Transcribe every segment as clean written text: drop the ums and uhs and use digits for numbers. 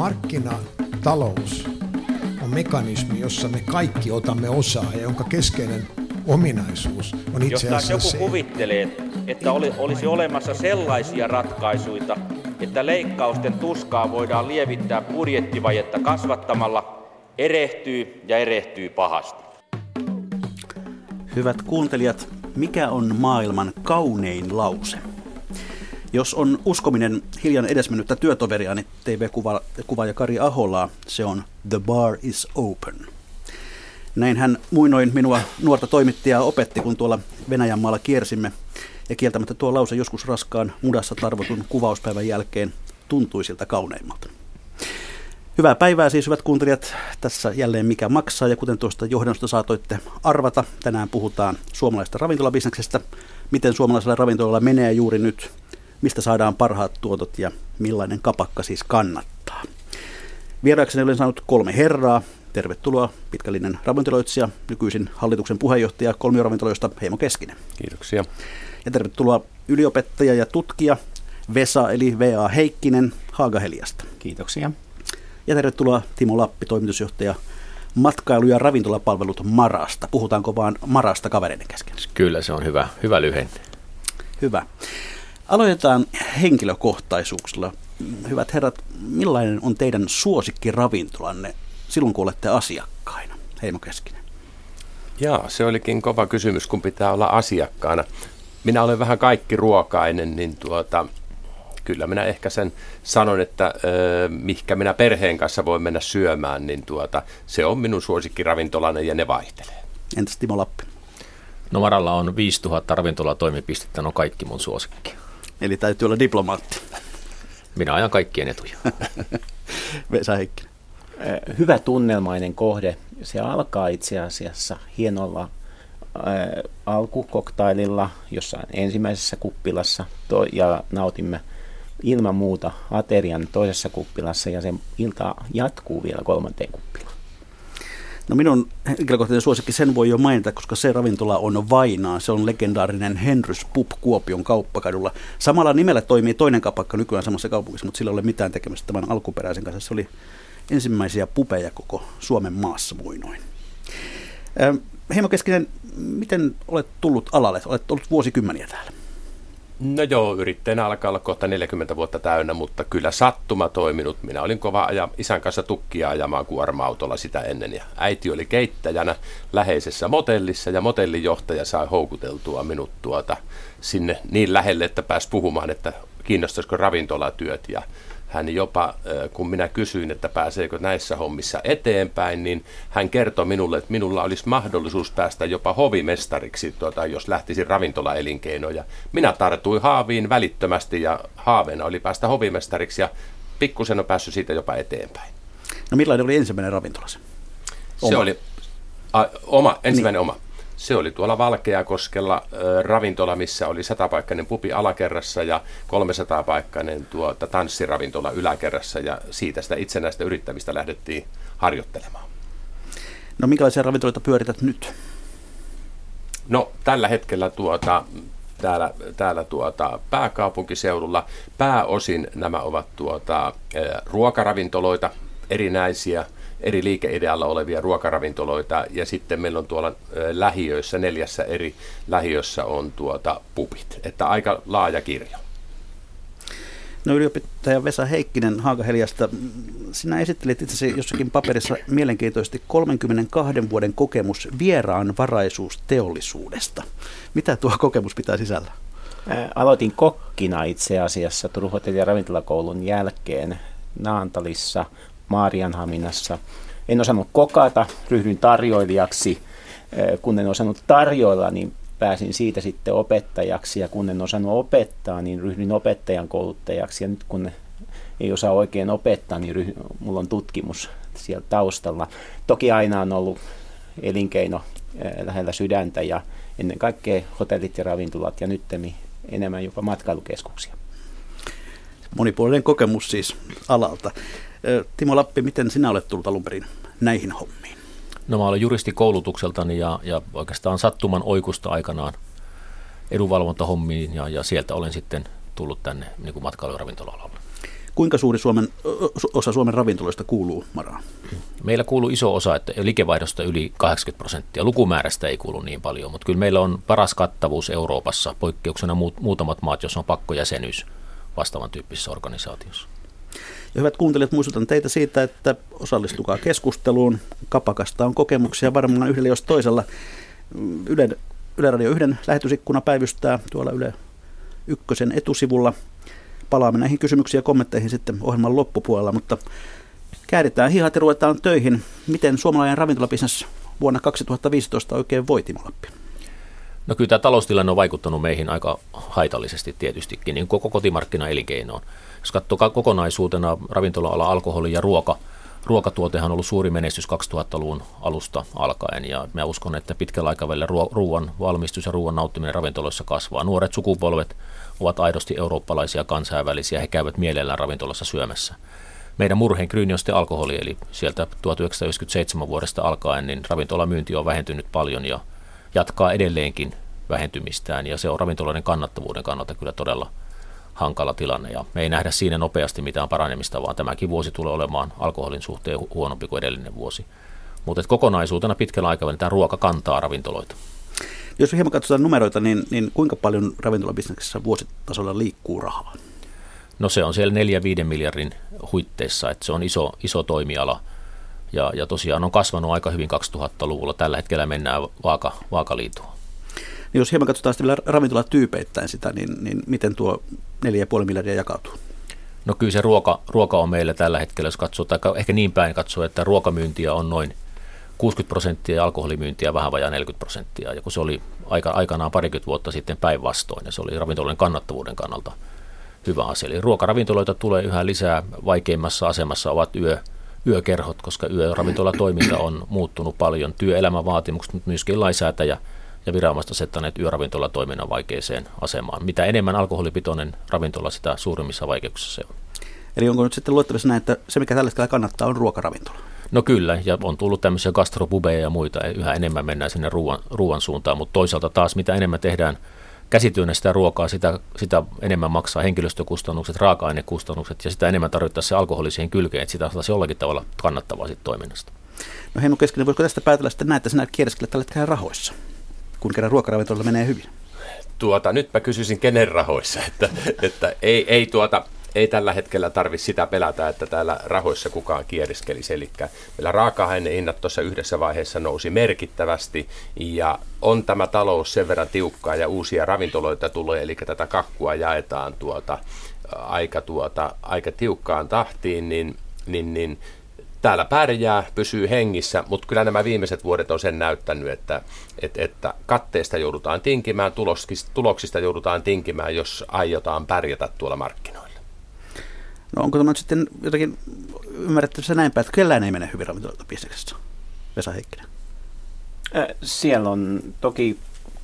markkinatalous on mekanismi, jossa me kaikki otamme osaa ja jonka keskeinen ominaisuus on itse asiassa jos joku kuvittelee, että olisi olemassa sellaisia ratkaisuja, että leikkausten tuskaa voidaan lievittää budjettivajetta kasvattamalla, erehtyy pahasti. Hyvät kuuntelijat, mikä on maailman kaunein lause? Jos on uskominen hiljan edesmennyttä työtoveriani TV-kuvaaja Kari Aholaa, se on "The bar is open". Näin hän muinoin minua nuorta toimittajaa opetti, kun tuolla Venäjänmaalla kiersimme. Ja kieltämättä tuo lause joskus raskaan mudassa tarvotun kuvauspäivän jälkeen tuntui siltä kauneimmalta. Hyvää päivää siis, hyvät kuuntelijat. Tässä jälleen Mikä maksaa, ja kuten tuosta johdannosta saatoitte arvata, tänään puhutaan suomalaisesta ravintolabisneksestä, miten suomalaisella ravintolalla menee juuri nyt, mistä saadaan parhaat tuotot ja millainen kapakka siis kannattaa. Vieraakseni olen saanut 3 herraa. Tervetuloa pitkällinen ravintoloitsija, nykyisin hallituksen puheenjohtaja Kolmio-ravintoloista Heimo Keskinen. Kiitoksia. Ja tervetuloa yliopettaja ja tutkija Vesa eli V.A. Heikkinen Haaga-Heliasta. Kiitoksia. Ja tervetuloa Timo Lappi, toimitusjohtaja matkailu- ja ravintolapalvelut Marasta. Puhutaanko vaan Marasta kavereiden kesken? Kyllä, se on hyvä lyhenne. Hyvä. Aloitetaan henkilökohtaisuuksilla. Hyvät herrat, millainen on teidän suosikkiravintolanne silloin, kun olette asiakkaina? Heimo Keskinen. Jaa, se olikin kova kysymys, kun pitää olla asiakkaana. Minä olen vähän kaikkiruokainen, niin kyllä minä ehkä sen sanon, että mihkä minä perheen kanssa voin mennä syömään, niin se on minun suosikkiravintolani ja ne vaihtelee. Entäs Timo Lappi? No Maralla on 5000 ravintolatoimipistettä, no kaikki mun suosikki. Eli täytyy olla diplomaatti. Minä ajan kaikkien etuja. Vesa Heikkinen. Hyvä tunnelmainen kohde. Se alkaa itse asiassa hienolla alkukoktaililla jossain ensimmäisessä kuppilassa ja nautimme ilman muuta aterian toisessa kuppilassa ja se ilta jatkuu vielä 3. kuppilaan. No minun henkilökohtainen suosikki, sen voi jo mainita, koska se ravintola on Vainaa. Se on legendaarinen Henrys Pub Kuopion kauppakadulla. Samalla nimellä toimii toinen kapakka nykyään samassa kaupungissa, mutta sillä ei ole mitään tekemistä tämän alkuperäisen kanssa. Se oli ensimmäisiä pubeja koko Suomen maassa muinoin. Heimo Keskinen, miten olet tullut alalle? Olet ollut vuosikymmeniä täällä. No joo, yrittäjänä alkaa olla kohta 40 vuotta täynnä, mutta kyllä sattuma toiminut. Minä olin kova isän kanssa tukkia ajamaan kuorma-autolla sitä ennen. Ja äiti oli keittäjänä läheisessä motellissa ja motellijohtaja sai houkuteltua minut sinne niin lähelle, että pääsi puhumaan, että kiinnostaisiko ravintolatyöt. Ja hän jopa, kun minä kysyin, että pääseekö näissä hommissa eteenpäin, niin hän kertoi minulle, että minulla olisi mahdollisuus päästä jopa hovimestariksi, jos lähtisin ravintolaelinkeinoon. Ja minä tartuin haaviin välittömästi ja haaveena oli päästä hovimestariksi ja pikkusen on päässyt siitä jopa eteenpäin. No millainen oli ensimmäinen ravintola se? Se oli ensimmäinen oma. Se oli tuolla Valkeakoskella ravintola, missä oli 100-paikkainen pubi alakerrassa ja 300-paikkainen tanssiravintola yläkerrassa ja siitä sitä itsenäistä yrittämistä lähdettiin harjoittelemaan. No minkälaisia ravintoloita pyörität nyt? No tällä hetkellä täällä pääkaupunkiseudulla pääosin nämä ovat ruokaravintoloita, erinäisiä eri liikeidealla olevia ruokaravintoloita ja sitten meillä on tuolla lähiöissä, 4 eri lähiössä on pubit, että aika laaja kirjo. No yliopettaja Vesa Heikkinen Haaga-Heliasta, sinä esittelit itse jossakin paperissa mielenkiintoisesti 32 vuoden kokemus vieraanvaraisuusteollisuudesta. Mitä tuo kokemus pitää sisällä? Aloitin kokkina itse asiassa Turun hotelli- ja ravintolakoulun jälkeen Naantalissa, Maarianhaminassa. En osannut kokata, ryhdyin tarjoilijaksi. Kun en osannut tarjoilla, niin pääsin siitä sitten opettajaksi. Ja kun en osannut opettaa, niin ryhdyin opettajan kouluttajaksi. Ja nyt kun ei osaa oikein opettaa, niin mulla on tutkimus siellä taustalla. Toki aina on ollut elinkeino lähellä sydäntä ja ennen kaikkea hotellit ja ravintolat ja nyttemmin enemmän jopa matkailukeskuksia. Monipuolinen kokemus siis alalta. Timo Lappi, miten sinä olet tullut alun perin näihin hommiin? No mä olen juristi koulutukseltani ja oikeastaan sattuman oikusta aikanaan edunvalvontahommiin ja sieltä olen sitten tullut tänne niin kuin matkailu- ja ravintola-alalle. Kuinka suuri osa Suomen ravintoloista kuuluu Maraan? Meillä kuuluu iso osa, että liikevaihdosta yli 80%. Lukumäärästä ei kuulu niin paljon, mutta kyllä meillä on paras kattavuus Euroopassa, poikkeuksena muutamat maat, jos on pakkojäsenyys vastaavan tyyppisessä organisaatiossa. Ja hyvät kuuntelijat, muistutan teitä siitä, että osallistukaa keskusteluun. Kapakasta on kokemuksia varmaan yhdellä jos toisella. Yle Radio 1 lähetysikkuna päivystää tuolla Yle Ykkösen etusivulla. Palaamme näihin kysymyksiin ja kommentteihin sitten ohjelman loppupuolella, mutta kääritään hihat ja ruvetaan töihin. Miten suomalainen ravintolabisnes vuonna 2015 oikein voi, Timo Lappi? No kyllä tämä taloustilanne on vaikuttanut meihin aika haitallisesti tietystikin, niin koko kotimarkkinaelinkeinoon. Jos katsoo kokonaisuutena ravintola-ala, alkoholi ja ruokatuotehan on ollut suuri menestys 2000-luvun alusta alkaen, ja mä uskon, että pitkällä aikavälillä ruoan valmistus ja ruoan nauttiminen ravintoloissa kasvaa. Nuoret sukupolvet ovat aidosti eurooppalaisia, kansainvälisiä, he käyvät mielellään ravintolassa syömässä. Meidän murheenkryyni on sitten alkoholi, eli sieltä 1997 vuodesta alkaen niin ravintolamyynti on vähentynyt paljon ja jatkaa edelleenkin vähentymistään, ja se on ravintoloiden kannattavuuden kannalta kyllä todella hankala tilanne, ja me ei nähdä siinä nopeasti mitään paranemista, vaan tämäkin vuosi tulee olemaan alkoholin suhteen huonompi kuin edellinen vuosi. Mutta kokonaisuutena pitkällä aikavälillä tämä ruoka kantaa ravintoloita. Jos hieman katsotaan numeroita, niin kuinka paljon ravintolabisneksessä vuositasolla liikkuu rahaa? No se on siellä 4-5 miljardin huitteissa, että se on iso toimiala, ja tosiaan on kasvanut aika hyvin 2000-luvulla. Tällä hetkellä mennään vaakaliitoon. Niin jos hieman katsotaan sitten vielä ravintolatyypeittäin sitä, niin miten tuo 4,5 miljardia jakautuu? No kyllä se ruoka on meillä tällä hetkellä, jos katsoo, tai ehkä niin päin katsoo, että ruokamyyntiä on noin 60% ja alkoholimyyntiä vähän vajaa 40%. Ja kun se oli aikanaan parikymmentä vuotta sitten päinvastoin, ja se oli ravintoloiden kannattavuuden kannalta hyvä asia. Eli ruokaravintoloita tulee yhä lisää, vaikeimmassa asemassa ovat yökerhot, koska yöravintolatoiminta on muuttunut paljon. Työelämän vaatimukset, mutta myöskin lainsäätäjä ja viranomaiset asettaneet yöravintolatoiminnan vaikeaseen asemaan. Mitä enemmän alkoholipitoinen ravintola, sitä suurimmissa vaikeuksissa se on. Eli onko nyt sitten luettavissa näin, että se mikä tällä hetkellä kannattaa on ruokaravintola? No kyllä, ja on tullut tämmöisiä gastropubeja ja muita, yhä enemmän mennään sinne ruoan suuntaan, mutta toisaalta taas mitä enemmän tehdään käsityönä sitä ruokaa, sitä enemmän maksaa henkilöstökustannukset, raaka-ainekustannukset, ja sitä enemmän tarvittaisiin se alkoholi siihen kylkeen, että sitä saataisiin jollakin tavalla kannattavaa siitä toiminnasta. No Heimo Keskinen, voisiko tästä päätellä sitten näin, että sinä kierreskelet tällä hetkellä rahoissa, kun kerran ruokaravintolalla menee hyvin? Nyt mä kysyisin kenen rahoissa, että ei tällä hetkellä tarvitse sitä pelätä, että täällä rahoissa kukaan kieriskelisi. Eli meillä raaka-ainehinnat tuossa yhdessä vaiheessa nousi merkittävästi ja on tämä talous sen verran tiukkaa ja uusia ravintoloita tulee, eli tätä kakkua jaetaan aika tiukkaan tahtiin, niin täällä pärjää, pysyy hengissä, mutta kyllä nämä viimeiset vuodet on sen näyttänyt, että katteesta joudutaan tinkimään, tuloksista joudutaan tinkimään, jos aiotaan pärjätä tuolla markkinoilla. No onko tämä sitten jotenkin ymmärrettävissä näin päin, että kellään ei mene hyvin ravintolabisneksessä? Vesa Heikkinen. Siellä on toki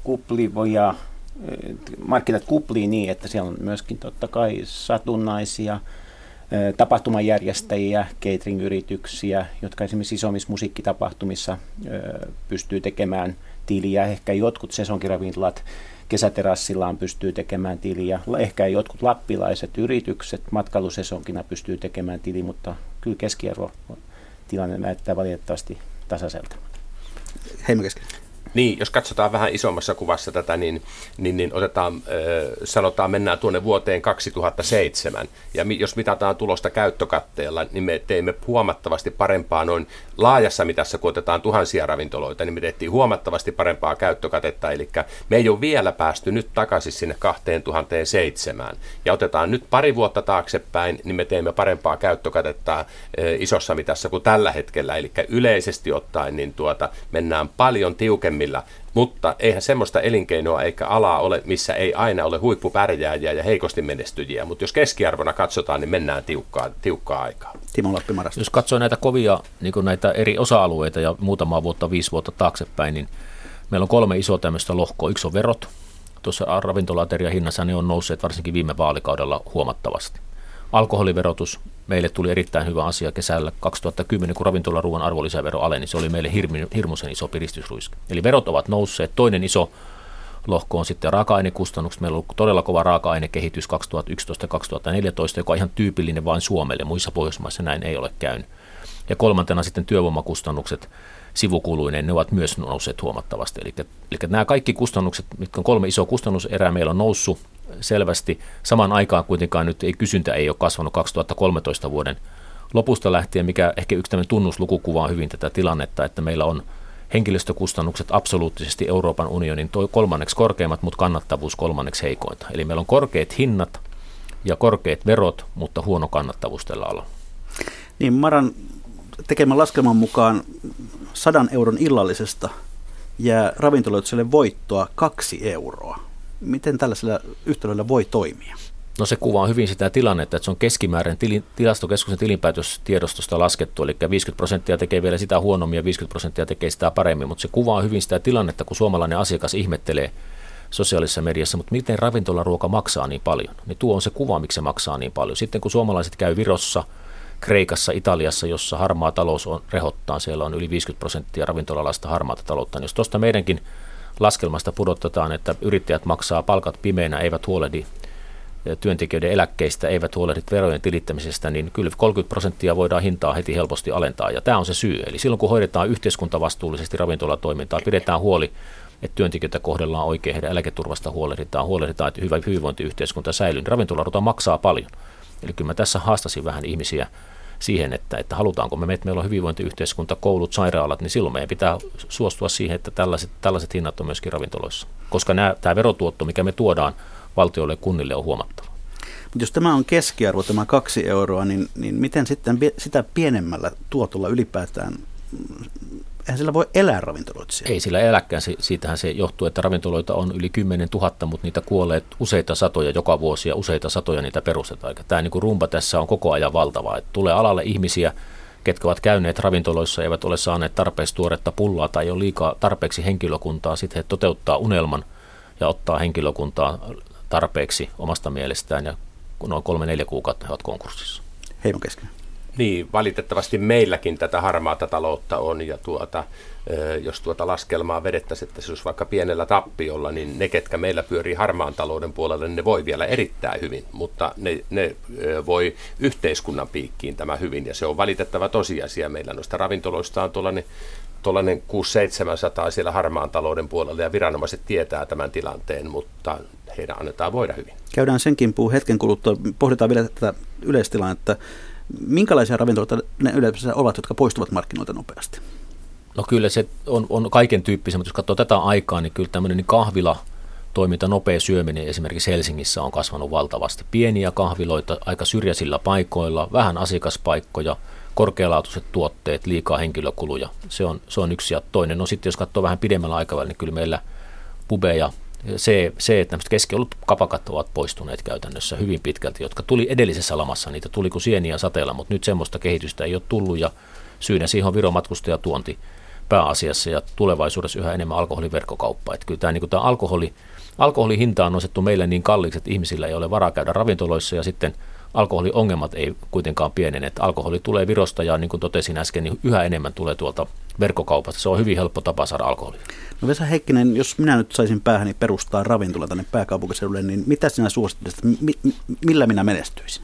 markkinat kuplii niin, että siellä on myöskin totta kai satunnaisia tapahtumajärjestäjiä, catering-yrityksiä, jotka esimerkiksi isommissa musiikkitapahtumissa pystyy tekemään tiliä. Ehkä jotkut sesonkiravintolat kesäterassillaan pystyy tekemään tiliä. Ehkä jotkut lappilaiset yritykset matkailusesonkina pystyy tekemään tiliä, mutta kyllä keskiarvotilanne näyttää valitettavasti tasaiselta. Heimo Keskinen. Niin, jos katsotaan vähän isommassa kuvassa tätä, niin otetaan, sanotaan, mennään tuonne vuoteen 2007, ja jos mitataan tulosta käyttökatteella, niin me teimme huomattavasti parempaa noin laajassa mitassa, kun otetaan tuhansia ravintoloita, niin me tehtiin huomattavasti parempaa käyttökatetta, eli me ei ole vielä päästy nyt takaisin sinne 2007, ja otetaan nyt pari vuotta taaksepäin, niin me teemme parempaa käyttökatetta isossa mitassa kuin tällä hetkellä, eli yleisesti ottaen niin mennään paljon tiukemmin. Mutta eihän semmoista elinkeinoa eikä alaa ole, missä ei aina ole huippupärjääjiä ja heikosti menestyjiä, mutta jos keskiarvona katsotaan, niin mennään tiukkaa aikaa. Timo Lappi Marasta. Jos katsoo näitä kovia niin näitä eri osa-alueita ja muutamaa vuotta, 5 vuotta taaksepäin, niin meillä on 3 isoa tämmöistä lohkoa. Yksi on verot. Tuossa ravintolaaterian hinnassa ne on nousseet varsinkin viime vaalikaudella huomattavasti. Alkoholiverotus. Meille tuli erittäin hyvä asia kesällä 2010, kun ravintolaruuan arvonlisävero aleni. Se oli meille hirmuisen iso piristysruiske. Eli verot ovat nousseet. Toinen iso lohko on sitten raaka-ainekustannukset. Meillä on ollut todella kova raaka-ainekehitys 2011-2014, joka on ihan tyypillinen vain Suomelle. Muissa Pohjoismaissa näin ei ole käynyt. Ja kolmantena sitten työvoimakustannukset sivukuluineen, ne ovat myös nousseet huomattavasti. Eli nämä kaikki kustannukset, mitkä on 3 isoa kustannuserää, meillä on noussut selvästi. Samaan aikaan kuitenkaan nyt kysyntä ei ole kasvanut 2013 vuoden lopusta lähtien, mikä ehkä yksi tämmöinen tunnusluku kuvaa hyvin tätä tilannetta, että meillä on henkilöstökustannukset absoluuttisesti Euroopan unionin 3. korkeimmat, mutta kannattavuus 3. heikointa. Eli meillä on korkeat hinnat ja korkeat verot, mutta huono kannattavuus tällä alalla. Niin, Maran tekemän laskelman mukaan 100 euron illallisesta jää ravintoloitselle voittoa 2 euroa. Miten tällaisella yhtälöllä voi toimia? No se kuvaa hyvin sitä tilannetta, että se on keskimäärin tilastokeskuksen tilinpäätöstiedostosta laskettu, eli 50% tekee vielä sitä huonommin ja 50% tekee sitä paremmin, mutta se kuvaa hyvin sitä tilannetta, kun suomalainen asiakas ihmettelee sosiaalisessa mediassa, mutta miten ravintolaruoka maksaa niin paljon, niin tuo on se kuva, miksi se maksaa niin paljon. Sitten kun suomalaiset käy Virossa, Kreikassa, Italiassa, jossa harmaa talous rehottaa, siellä on yli 50% ravintolalaista harmaata taloutta, niin jos tuosta meidänkin laskelmasta pudotetaan, että yrittäjät maksaa palkat pimeänä, eivät huolehdi työntekijöiden eläkkeistä, eivät huolehdi verojen tilittämisestä, niin kyllä 30% voidaan hintaa heti helposti alentaa, ja tämä on se syy. Eli silloin kun hoidetaan yhteiskuntavastuullisesti ravintolatoimintaa, pidetään huoli, että työntekijöitä kohdellaan oikein, heidän eläketurvasta huolehditaan, että hyvä hyvinvointiyhteiskunta säilyy, niin ravintolaruoka maksaa paljon. Eli kyllä mä tässä haastasin vähän ihmisiä siihen, että halutaanko meillä on hyvinvointiyhteiskunta, koulut, sairaalat, niin silloin meidän pitää suostua siihen, että tällaiset hinnat on myöskin ravintoloissa. Koska tämä verotuotto, mikä me tuodaan valtiolle ja kunnille, on huomattava. Mutta jos tämä on keskiarvo, tämä 2 euroa, niin miten sitten sitä pienemmällä tuotolla ylipäätään, eihän sillä voi elää ravintoloitsija? Ei sillä eläkään, siitähän se johtuu, että ravintoloita on yli 10 000, mutta niitä kuolee useita satoja joka vuosi ja useita satoja niitä perustetaan. Tämä niin kuin rumba tässä on koko ajan valtava, että tulee alalle ihmisiä, ketkä ovat käyneet ravintoloissa, eivät ole saaneet tarpeeksi tuoretta pullaa tai ei ole liikaa tarpeeksi henkilökuntaa, sitten he toteuttaa unelman ja ottaa henkilökuntaa tarpeeksi omasta mielestään ja noin 3-4 kuukautta he ovat konkurssissa. Heimo Keskinen. Niin, valitettavasti meilläkin tätä harmaata taloutta on ja jos laskelmaa vedettäisiin, että se olisi vaikka pienellä tappiolla, niin ne, ketkä meillä pyörii harmaan talouden puolella, niin ne voi vielä erittäin hyvin, mutta ne voi yhteiskunnan piikkiin tämä hyvin ja se on valitettava tosiasia. Meillä noista ravintoloista on tuollainen 600-700 siellä harmaan talouden puolella ja viranomaiset tietää tämän tilanteen, mutta heidän annetaan voida hyvin. Käydään senkin puun hetken kuluttua. Pohditaan vielä tätä yleistilannetta. Minkälaisia ravintoloita ne yleensä ovat, jotka poistuvat markkinoilta nopeasti? No kyllä se on kaiken tyyppisiä, mutta jos katsoo tätä aikaa, niin kyllä tämmöinen kahvilatoiminta, nopea syöminen esimerkiksi Helsingissä on kasvanut valtavasti. Pieniä kahviloita aika syrjäisillä paikoilla, vähän asiakaspaikkoja, korkealaatuiset tuotteet, liikaa henkilökuluja. Se on yksi ja toinen. No sitten jos katsoo vähän pidemmällä aikavälillä, niin kyllä meillä pubeja, se että nämä keskiolut kapakat ovat poistuneet käytännössä hyvin pitkälti, jotka tuli edellisessä lamassa, niitä tuli kuin sieniä sateella, mutta nyt semmoista kehitystä ei ole tullut ja syynä siihen on Viron matkustajatuonti pääasiassa ja tulevaisuudessa yhä enemmän alkoholiverkkokauppaa. Että kyllä tämä alkoholihinta on nostettu meille niin kalliiksi, että ihmisillä ei ole varaa käydä ravintoloissa ja sitten alkoholiongelmat ei kuitenkaan pienene. Että alkoholi tulee Virosta ja niin kuin totesin äsken, niin yhä enemmän tulee tuolta verkkokaupasta. Se on hyvin helppo tapa saada alkoholia. No Vesa Heikkinen, jos minä nyt saisin päähäni perustaa ravintola tänne pääkaupunkiseudulle, niin mitä sinä suosittelisit, millä minä menestyisin?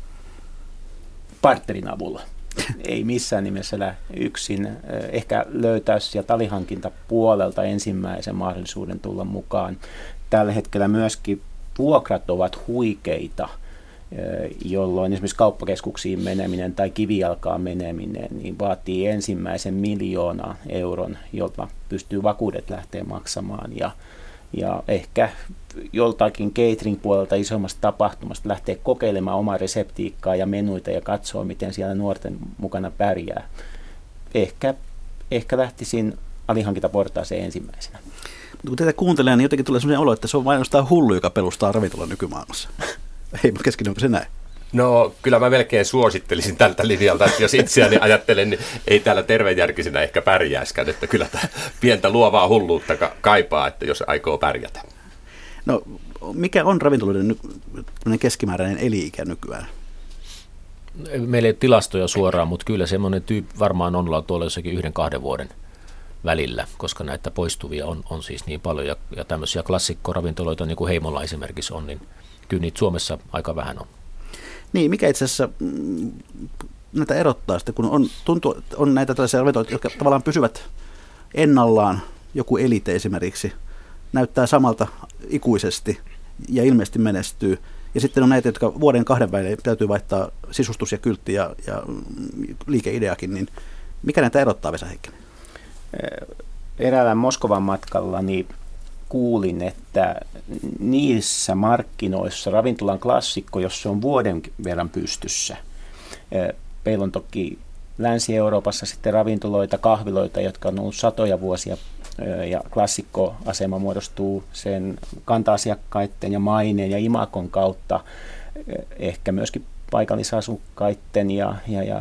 Partnerin avulla. Ei missään nimessä yksin. Ehkä löytää sieltä alihankintapuolelta ensimmäisen mahdollisuuden tulla mukaan. Tällä hetkellä myöskin vuokrat ovat huikeita, jolloin esimerkiksi kauppakeskuksiin meneminen tai kivijalkaan meneminen niin vaatii ensimmäisen 1 000 000 euron, jolta pystyy vakuudet lähteä maksamaan. Ja ehkä joltakin catering-puolelta isommasta tapahtumasta lähteä kokeilemaan omaa reseptiikkaa ja menuita ja katsoa, miten siellä nuorten mukana pärjää. Ehkä lähtisin alihankintaportaaseen ensimmäisenä. Mutta kun teitä kuuntelee, niin jotenkin tulee sellainen olo, että se on vain ainoastaan hullu, joka perustaa ravintolan nykymaailmassa. Ei, Keskinen, onko se näin? No kyllä mä melkein suosittelisin tältä linjalta, että jos itseäni ajattelen, niin ei täällä terveenjärkisenä ehkä pärjäiskään, että kyllä tämä pientä luovaa hulluutta kaipaa, että jos aikoo pärjätä. No mikä on ravintoloiden keskimääräinen eli-ikä nykyään? Meillä ei tilastoja suoraan, mutta kyllä semmoinen tyyppi varmaan on tuolla jossakin 1-2 vuoden välillä, koska näitä poistuvia on siis niin paljon. Ja tämmöisiä klassikkoravintoloita, niin kuin Heimolla esimerkiksi on, niin kyllä niitä Suomessa aika vähän on. Niin, mikä itse asiassa näitä erottaa sitten, kun on näitä tällaisia ravintoloita, jotka tavallaan pysyvät ennallaan, joku Elite esimerkiksi, näyttää samalta ikuisesti ja ilmeisesti menestyy. Ja sitten on näitä, jotka vuoden 2 välein täytyy vaihtaa sisustus ja kyltti ja liikeideakin, niin mikä näitä erottaa, Vesa Heikkinen? Eräällä Moskovan matkalla niin kuulin, että niissä markkinoissa ravintolan klassikko, jos se on vuoden verran pystyssä, meillä on toki Länsi-Euroopassa sitten ravintoloita, kahviloita, jotka on ollut satoja vuosia, ja klassikkoasema muodostuu sen kanta-asiakkaiden ja maineen ja imakon kautta, ehkä myöskin paikallisasukkaiden ja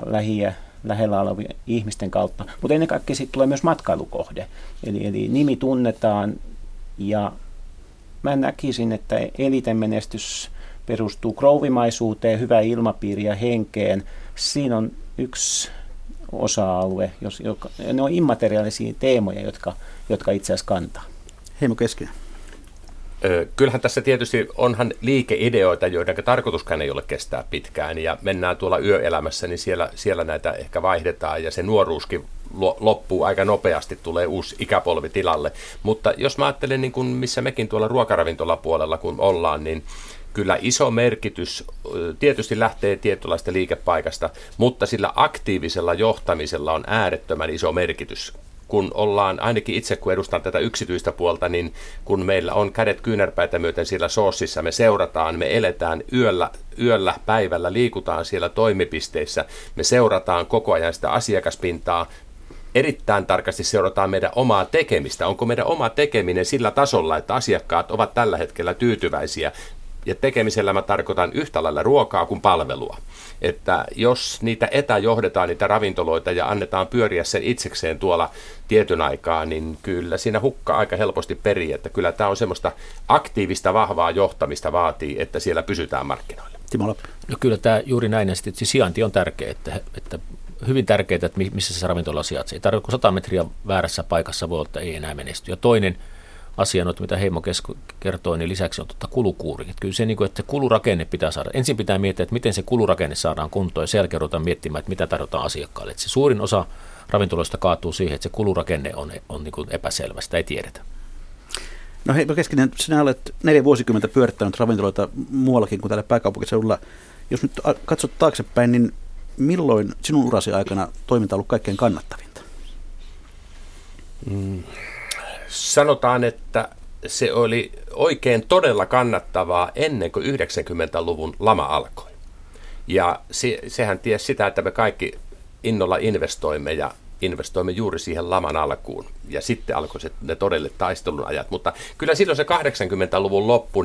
lähellä olevien ihmisten kautta, mutta ennen kaikkea siitä tulee myös matkailukohde, eli nimi tunnetaan, ja mä näkisin, että Eliten menestys perustuu krouvimaisuuteen, hyvään ilmapiiriin ja henkeen. Siinä on yksi osa-alue, ne on immateriaalisia teemoja, jotka itse asiassa kantaa. Heimo Keskinen. Kyllähän tässä tietysti onhan liikeideoita, joiden tarkoituskaan ei ole kestää pitkään, ja mennään tuolla yöelämässä, niin siellä näitä ehkä vaihdetaan, ja se nuoruuskin loppuu aika nopeasti, tulee uusi ikäpolvi tilalle. Mutta jos mä ajattelen, niin kun missä mekin tuolla ruokaravintolapuolella kun ollaan, niin kyllä iso merkitys tietysti lähtee tietynlaista liikepaikasta, mutta sillä aktiivisella johtamisella on äärettömän iso merkitys. Kun ollaan, ainakin itse kun edustan tätä yksityistä puolta, niin kun meillä on kädet kyynärpäitä myöten siellä soossissa, me seurataan, me eletään yöllä, päivällä, liikutaan siellä toimipisteissä, me seurataan koko ajan sitä asiakaspintaa, erittäin tarkasti seurataan meidän omaa tekemistä. Onko meidän oma tekeminen sillä tasolla, että asiakkaat ovat tällä hetkellä tyytyväisiä? Ja tekemisellä mä tarkoitan yhtä lailla ruokaa kuin palvelua. Että jos niitä etäjohdetaan, niitä ravintoloita ja annetaan pyöriä sen itsekseen tuolla tietyn aikaa, niin kyllä siinä hukka aika helposti perii. Että kyllä tämä on semmoista aktiivista, vahvaa johtamista vaatii, että siellä pysytään markkinoilla. Timo Lappi. No kyllä tämä juuri näin, ja sitten sijainti on tärkeä, että hyvin tärkeää, että missä se ravintola sijaitsee. Ei tarvitse, kun 100 metriä väärässä paikassa voi olla, että ei enää menesty. Ja toinen asia, mitä Heimo kertoi, niin lisäksi on kulukuuri. Että kyllä se, että kulurakenne pitää saada. Ensin pitää miettiä, että miten se kulurakenne saadaan kuntoon, ja sen jälkeen ruvetaan miettimään, että mitä tarjotaan asiakkaalle. Että se suurin osa ravintoloista kaatuu siihen, että se kulurakenne on niin kuin epäselvä, sitä ei tiedetä. No Heimo Keskinen, sinä olet 4 vuosikymmentä pyörittänyt ravintoloita muuallakin kuin täällä pääkaupunkiseudulla. Jos nyt katsot taaksepäin, niin milloin sinun urasi aikana toiminta on ollut kaikkein kannattavinta? Sanotaan, että se oli oikein todella kannattavaa ennen kuin 90-luvun lama alkoi. Ja sehän tiesi sitä, että me kaikki innolla investoimme ja investoimme juuri siihen laman alkuun. Ja sitten alkoi ne todelliset taistelun ajat. Mutta kyllä silloin se 80-luvun loppu,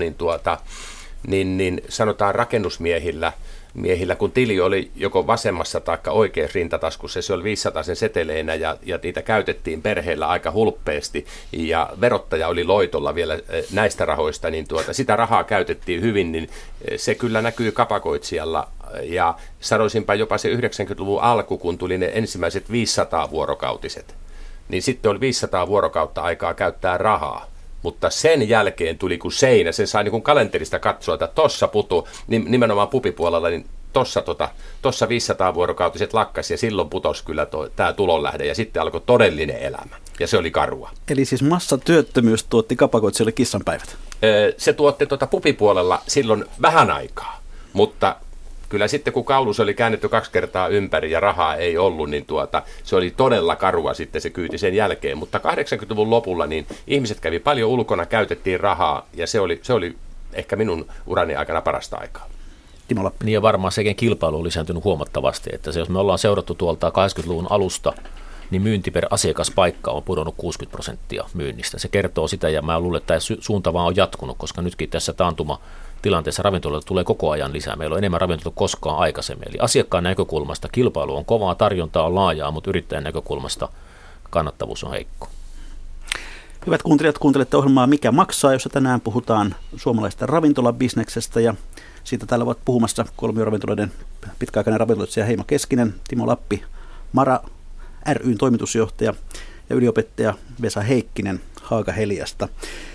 niin sanotaan rakennusmiehillä, kun tili oli joko vasemmassa tai oikeassa rintataskussa, se oli 500 seteleinä ja niitä käytettiin perheellä aika hulppeasti ja verottaja oli loitolla vielä näistä rahoista, niin sitä rahaa käytettiin hyvin, niin se kyllä näkyy kapakoitsijalla ja sanoisinpa jopa se 90-luvun alku, kun tuli ne ensimmäiset 500 vuorokautiset, niin sitten oli 500 vuorokautta aikaa käyttää rahaa. Mutta sen jälkeen tuli kuin seinä, sen sai niin kuin kalenterista katsoa, että tuossa putu, nimenomaan pubipuolella, niin tuossa 500 vuorokautiset lakkasi ja silloin putosi kyllä tämä tulonlähde ja sitten alkoi todellinen elämä ja se oli karua. Eli siis massatyöttömyys tuotti kapakoitsijoille kissanpäivät? Se tuotti pubipuolella silloin vähän aikaa, mutta kyllä sitten kun kaulus oli käännetty 2 kertaa ympäri ja rahaa ei ollut, niin se oli todella karua sitten se kyyti sen jälkeen. Mutta 80-luvun lopulla niin ihmiset kävi paljon ulkona, käytettiin rahaa ja se oli ehkä minun urani aikana parasta aikaa. Timo Lappi. Niin ja varmaan sekin kilpailu on lisääntynyt huomattavasti, että jos me ollaan seurattu tuolta 80-luvun alusta, niin myynti per asiakaspaikka on pudonnut 60% myynnistä. Se kertoo sitä ja mä luulen, että tämä suunta vaan on jatkunut, koska nytkin tässä taantumatilanteessa ravintoloita tulee koko ajan lisää. Meillä on enemmän ravintoloita koskaan aikaisemmin. Eli asiakkaan näkökulmasta kilpailu on kovaa, tarjontaa on laajaa, mutta yrittäjän näkökulmasta kannattavuus on heikko. Hyvät kuuntelijat, kuuntelette ohjelmaa Mikä maksaa, jossa tänään puhutaan suomalaisesta ravintolabisneksestä ja siitä täällä ovat puhumassa Kolmio-ravintoloiden pitkäaikainen ravintoloitsija Heimo Keskinen, Timo Lappi, Mara ry:n toimitusjohtaja ja yliopettaja Vesa Heikkinen Haaga-Heliasta.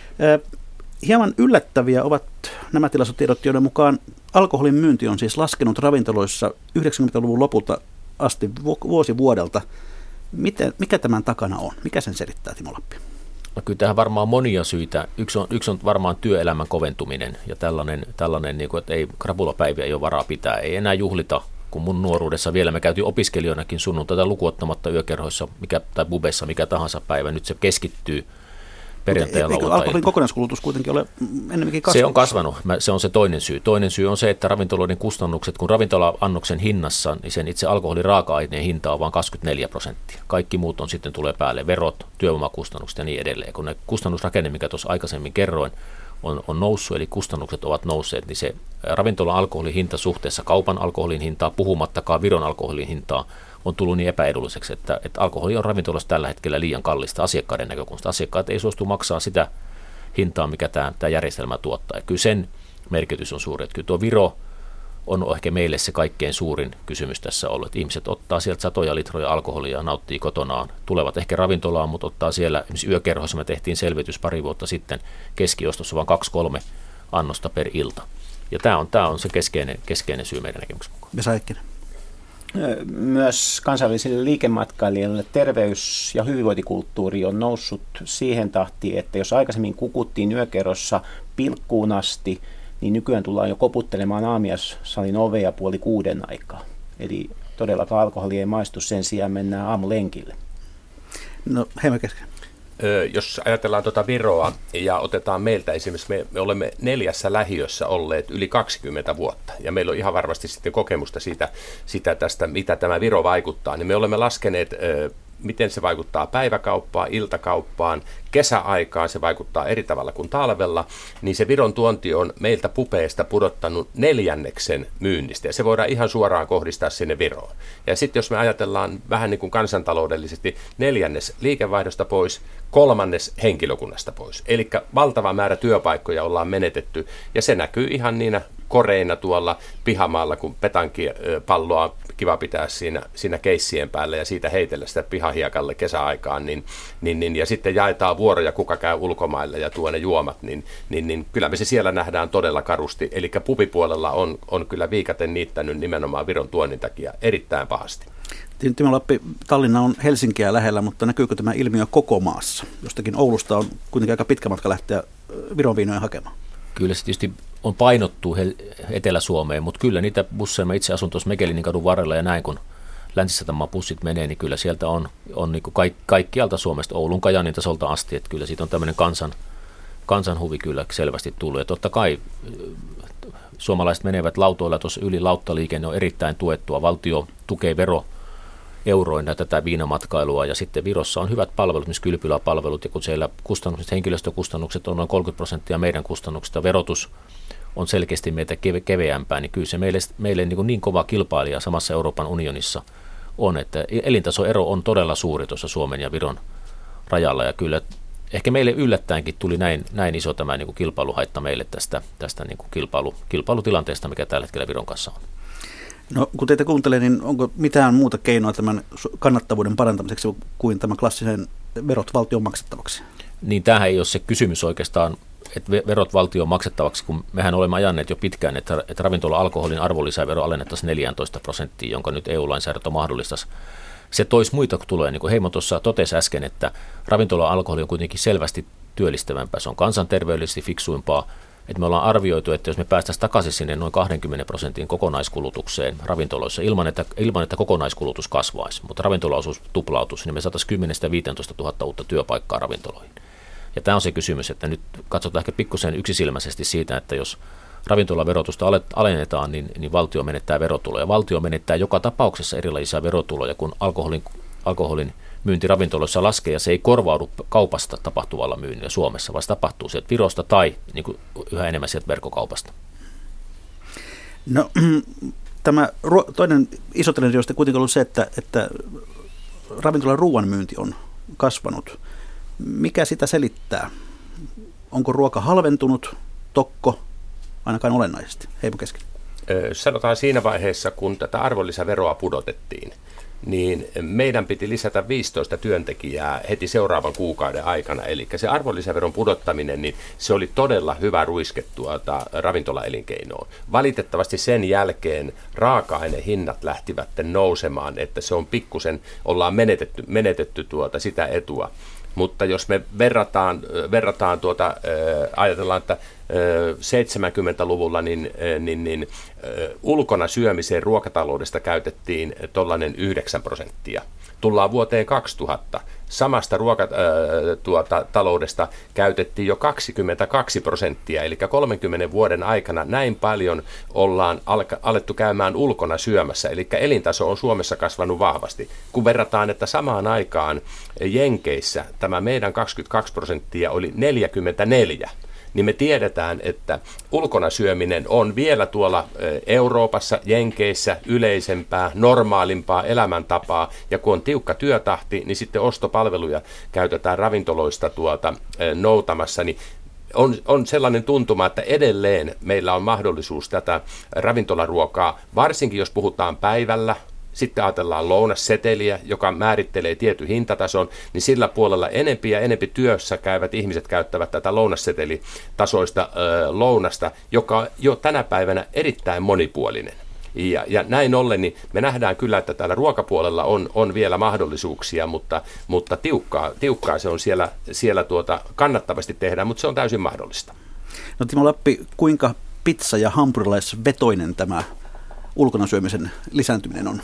Hieman yllättäviä ovat nämä tilastotiedot, joiden mukaan alkoholin myynti on siis laskenut ravintoloissa 90-luvun lopulta asti vuosi vuodelta. Mikä tämän takana on? Mikä sen selittää, Timo Lappi? No kyllä tähän varmaan monia syitä. Yksi on varmaan työelämän koventuminen ja tällainen niin kuin, että ei krapulapäiviä ei ole varaa pitää. Ei enää juhlita, kun mun nuoruudessa vielä me käytiin opiskelijoinakin sunnuntaita lukuottamatta yökerhoissa tai bubeissa mikä tahansa päivä. Nyt se keskittyy perjantai- ja lauantai. Alkoholin kokonaiskulutus kuitenkin ole enemmänkin kasvanut? Se on kasvanut. Se on se toinen syy. Toinen syy on se, että ravintoloiden kustannukset, kun ravintola-annoksen hinnassa, niin sen itse alkoholin raaka-aineen hinta on vain 24%. Kaikki muut sitten tulee päälle. Verot, työvoimakustannukset ja niin edelleen. Kun ne kustannusrakenne, mikä tuossa aikaisemmin kerroin, on noussut, eli kustannukset ovat nousseet, niin se ravintolan alkoholin hinta suhteessa kaupan alkoholin hintaa, puhumattakaan Viron alkoholin hintaa, on tullut niin epäedulliseksi, että alkoholi on ravintolassa tällä hetkellä liian kallista asiakkaiden näkökulmasta. Asiakkaat ei suostu maksaa sitä hintaa, mikä tämä järjestelmä tuottaa. Ja kyllä sen merkitys on suuri. Että kyllä tuo Viro on ehkä meille se kaikkein suurin kysymys tässä ollut. Että ihmiset ottaa sieltä satoja litroja alkoholia ja nauttii kotonaan. Tulevat ehkä ravintolaan, mutta ottaa siellä, esimerkiksi yökerhossa me tehtiin selvitys pari vuotta sitten, keskiostossa vain 2-3 annosta per ilta. Ja tämä on se keskeinen syy meidän näkemyksen mukaan. Vesa Heikkinen. Myös kansainvälisille liikematkailijoille terveys- ja hyvinvointikulttuuri on noussut siihen tahtiin, että jos aikaisemmin kukuttiin yökerrossa pilkkuun asti, niin nykyään tullaan jo koputtelemaan aamiaissalin ovea 5:30 aikaa. Eli todellakaan alkoholi ei maistu, sen sijaan mennään aamulenkille. No, Heimäkeski. Jos ajatellaan tuota Viroa ja otetaan meiltä esimerkiksi, me olemme 4 lähiössä olleet yli 20 vuotta ja meillä on ihan varmasti sitten kokemusta siitä tästä, mitä tämä Viro vaikuttaa, niin me olemme laskeneet, miten se vaikuttaa päiväkauppaan, iltakauppaan, kesäaikaan, se vaikuttaa eri tavalla kuin talvella, niin se Viron tuonti on meiltä pubeista pudottanut 4% myynnistä, ja se voidaan ihan suoraan kohdistaa sinne Viroon. Ja sitten jos me ajatellaan vähän niin kuin kansantaloudellisesti, 4% liikevaihdosta pois, 3% henkilökunnasta pois. Eli valtava määrä työpaikkoja ollaan menetetty, ja se näkyy ihan niinä koreina tuolla pihamaalla, kun petankipalloa kiva pitää siinä keissien päällä ja siitä heitellä sitä pihahiekalle kesäaikaan, niin, ja sitten jaetaan vuoroja, kuka käy ulkomailla ja tuo ne juomat, niin kyllä me se siellä nähdään todella karusti. Eli pubipuolella on kyllä viikaten niittänyt nimenomaan Viron tuonnin takia erittäin pahasti. Timo Lappi, Tallinna on Helsinkiä lähellä, mutta näkyykö tämä ilmiö koko maassa? Jostakin Oulusta on kuitenkin aika pitkä matka lähteä Viron viinoja hakemaan. Kyllä se tietysti on painottu Etelä-Suomeen, mutta kyllä niitä busseja, mä itse asun tuossa Mekelinin kadun varrella ja näin, kun Länsi-Satamaan bussit menee, niin kyllä sieltä on niin kuin kaikkialta Suomesta, Oulun, Kajaanin tasolta asti, että kyllä siitä on tämmöinen kansanhuvi kyllä selvästi tullut. Ja totta kai suomalaiset menevät lautoilla tuossa yli, lauttaliikenne on erittäin tuettua, valtio tukee euroina tätä viinamatkailua, ja sitten Virossa on hyvät palvelut, myös kylpyläpalvelut, ja kun siellä henkilöstökustannukset on noin 30% meidän kustannuksista, verotus on selkeästi meitä keveämpää, niin kyllä se meille niin kova kilpailija samassa Euroopan unionissa on, että elintasoero on todella suuri tuossa Suomen ja Viron rajalla, ja kyllä ehkä meille yllättäenkin tuli näin iso tämä niin kuin kilpailuhaitta meille tästä niin kuin kilpailutilanteesta, mikä tällä hetkellä Viron kanssa on. No, kun teitä kuuntelee, niin onko mitään muuta keinoa tämän kannattavuuden parantamiseksi kuin tämä klassisen verot valtion maksettavaksi? Niin tämähän ei ole se kysymys oikeastaan, että verot valtion maksettavaksi, kun mehän olemme ajanneet jo pitkään, että ravintola-alkoholin arvonlisävero alennettaisiin 14%, jonka nyt EU-lainsäädäntö mahdollistaisi. Se toisi muita tuloja, niin kuin Heimo tuossa totesi äsken, että ravintola-alkoholi on kuitenkin selvästi työllistävämpää, se on kansanterveydellisesti fiksuimpaa. Että me ollaan arvioitu, että jos me päästäisiin takaisin sinne noin 20% kokonaiskulutukseen ravintoloissa ilman, että kokonaiskulutus kasvaisi, mutta ravintolaosuus tuplautuisi, niin me saataisiin 10 000 15 000 uutta työpaikkaa ravintoloihin. Ja tämä on se kysymys, että nyt katsotaan ehkä pikkusen yksisilmäisesti siitä, että jos ravintolaverotusta alennetaan, niin valtio menettää verotuloja. Valtio menettää joka tapauksessa erilaisia verotuloja, kun alkoholin myynti ravintoloissa laskee, ja se ei korvaudu kaupasta tapahtuvalla myynnillä Suomessa, vaan se tapahtuu sieltä Virosta tai niin kuin yhä enemmän sieltä verkkokaupasta. No, tämä toinen iso trendi on kuitenkin ollut se, että ravintolan ruoan myynti on kasvanut. Mikä sitä selittää? Onko ruoka halventunut, tokko, ainakaan olennaisesti? Heimo Keskinen. Sanotaan siinä vaiheessa, kun tätä arvonlisäveroa pudotettiin, niin meidän piti lisätä 15 työntekijää heti seuraavan kuukauden aikana. Eli se arvonlisäveron pudottaminen, niin se oli todella hyvä ruiske ravintolaelinkeinoon. Valitettavasti sen jälkeen raaka-ainehinnat lähtivät nousemaan, että se on pikkusen, ollaan menetetty sitä etua. Mutta jos me verrataan ajatellaan, että 70-luvulla niin ulkona syömiseen ruokataloudesta käytettiin tollainen 9%. Tullaan vuoteen 2000. Samasta ruokataloudesta käytettiin jo 22%, eli 30 vuoden aikana näin paljon ollaan alettu käymään ulkona syömässä, eli elintaso on Suomessa kasvanut vahvasti. Kun verrataan, että samaan aikaan Jenkeissä tämä meidän 22% oli 44%, niin me tiedetään, että ulkona syöminen on vielä tuolla Euroopassa, Jenkeissä yleisempää, normaalimpaa elämäntapaa, ja kun on tiukka työtahti, niin sitten ostopalveluja käytetään ravintoloista noutamassa, niin on sellainen tuntuma, että edelleen meillä on mahdollisuus tätä ravintolaruokaa, varsinkin jos puhutaan päivällä. Sitten ajatellaan lounasseteliä, joka määrittelee tietyn hintatason, niin sillä puolella enempi ja enempi työssä käyvät ihmiset käyttävät tätä lounassetelitasoista lounasta, joka jo tänä päivänä erittäin monipuolinen. Ja näin ollen niin me nähdään kyllä, että täällä ruokapuolella on vielä mahdollisuuksia, mutta tiukkaa se on siellä kannattavasti tehdään, mutta se on täysin mahdollista. No Timo Lappi, kuinka pizza- ja hampurilaisvetoinen tämä ulkona syömisen lisääntyminen on?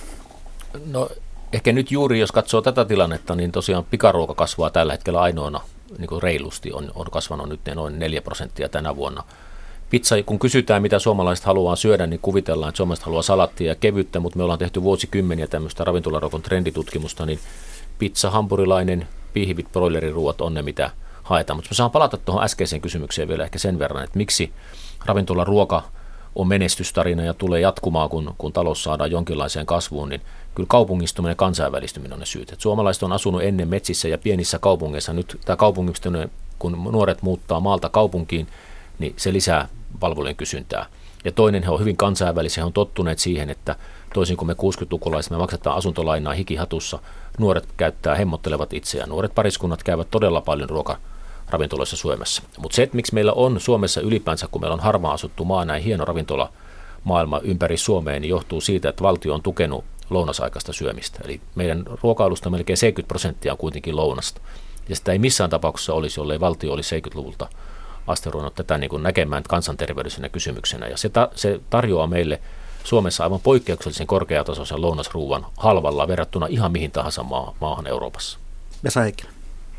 No ehkä nyt juuri, jos katsoo tätä tilannetta, niin tosiaan pikaruoka kasvaa tällä hetkellä ainoana niin kuin reilusti, on kasvanut nyt noin 4% tänä vuonna. Pizza, kun kysytään, mitä suomalaiset haluaa syödä, niin kuvitellaan, että suomalaiset haluaa salattia ja kevyttä, mutta me ollaan tehty vuosikymmeniä tämmöistä ravintolaruokon trenditutkimusta, niin pizza, hampurilainen, pihvit, broileriruuat on ne, mitä haetaan. Mutta mä saan palata tuohon äskeiseen kysymykseen vielä ehkä sen verran, että miksi ravintolaruoka on menestystarina ja tulee jatkumaan, kun talous saadaan jonkinlaiseen kasvuun, niin kyllä kaupungistuminen ja kansainvälistyminen on ne syyt. Et suomalaiset on asunut ennen metsissä ja pienissä kaupungeissa. Nyt tämä kaupungistuminen, kun nuoret muuttaa maalta kaupunkiin, niin se lisää palvelujen kysyntää. Ja toinen, he on hyvin kansainvälisiä, he on tottuneet siihen, että toisin kuin me 60-lukulaiset, me maksetaan asuntolainaa hikihatussa, nuoret hemmottelevat itseään. Nuoret pariskunnat käyvät todella paljon ravintoloissa Suomessa. Mutta se, että miksi meillä on Suomessa ylipäänsä, kun meillä on harvaan asuttu maa, näin hieno ravintolamaailma ympäri Suomeen, niin johtuu siitä, että valtio on tukenut lounasaikaista syömistä. Eli meidän ruokailusta melkein 70% on kuitenkin lounasta. Ja sitä ei missään tapauksessa olisi, jollei valtio olisi 70-luvulta asti ruvennut tätä niin kuin näkemään kansanterveydellisenä kysymyksenä. Ja se tarjoaa meille Suomessa aivan poikkeuksellisen korkeatasoisen lounasruuan halvalla verrattuna ihan mihin tahansa maahan Euroopassa. Vesa Heikkilä.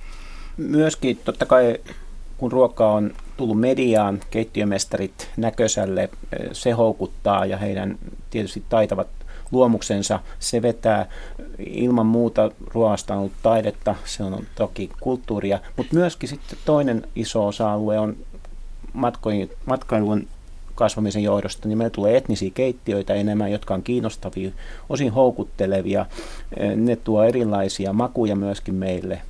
Myöskin totta kai, kun ruoka on tullut mediaan, keittiömestarit näkösälle, se houkuttaa ja heidän tietysti taitavat luomuksensa, se vetää. Ilman muuta ruoasta on ollut taidetta, se on toki kulttuuria, mutta myöskin sitten toinen iso osa-alue on matkailun kasvamisen johdosta, niin meillä tulee etnisiä keittiöitä enemmän, jotka on kiinnostavia, osin houkuttelevia, ne tuo erilaisia makuja myöskin meille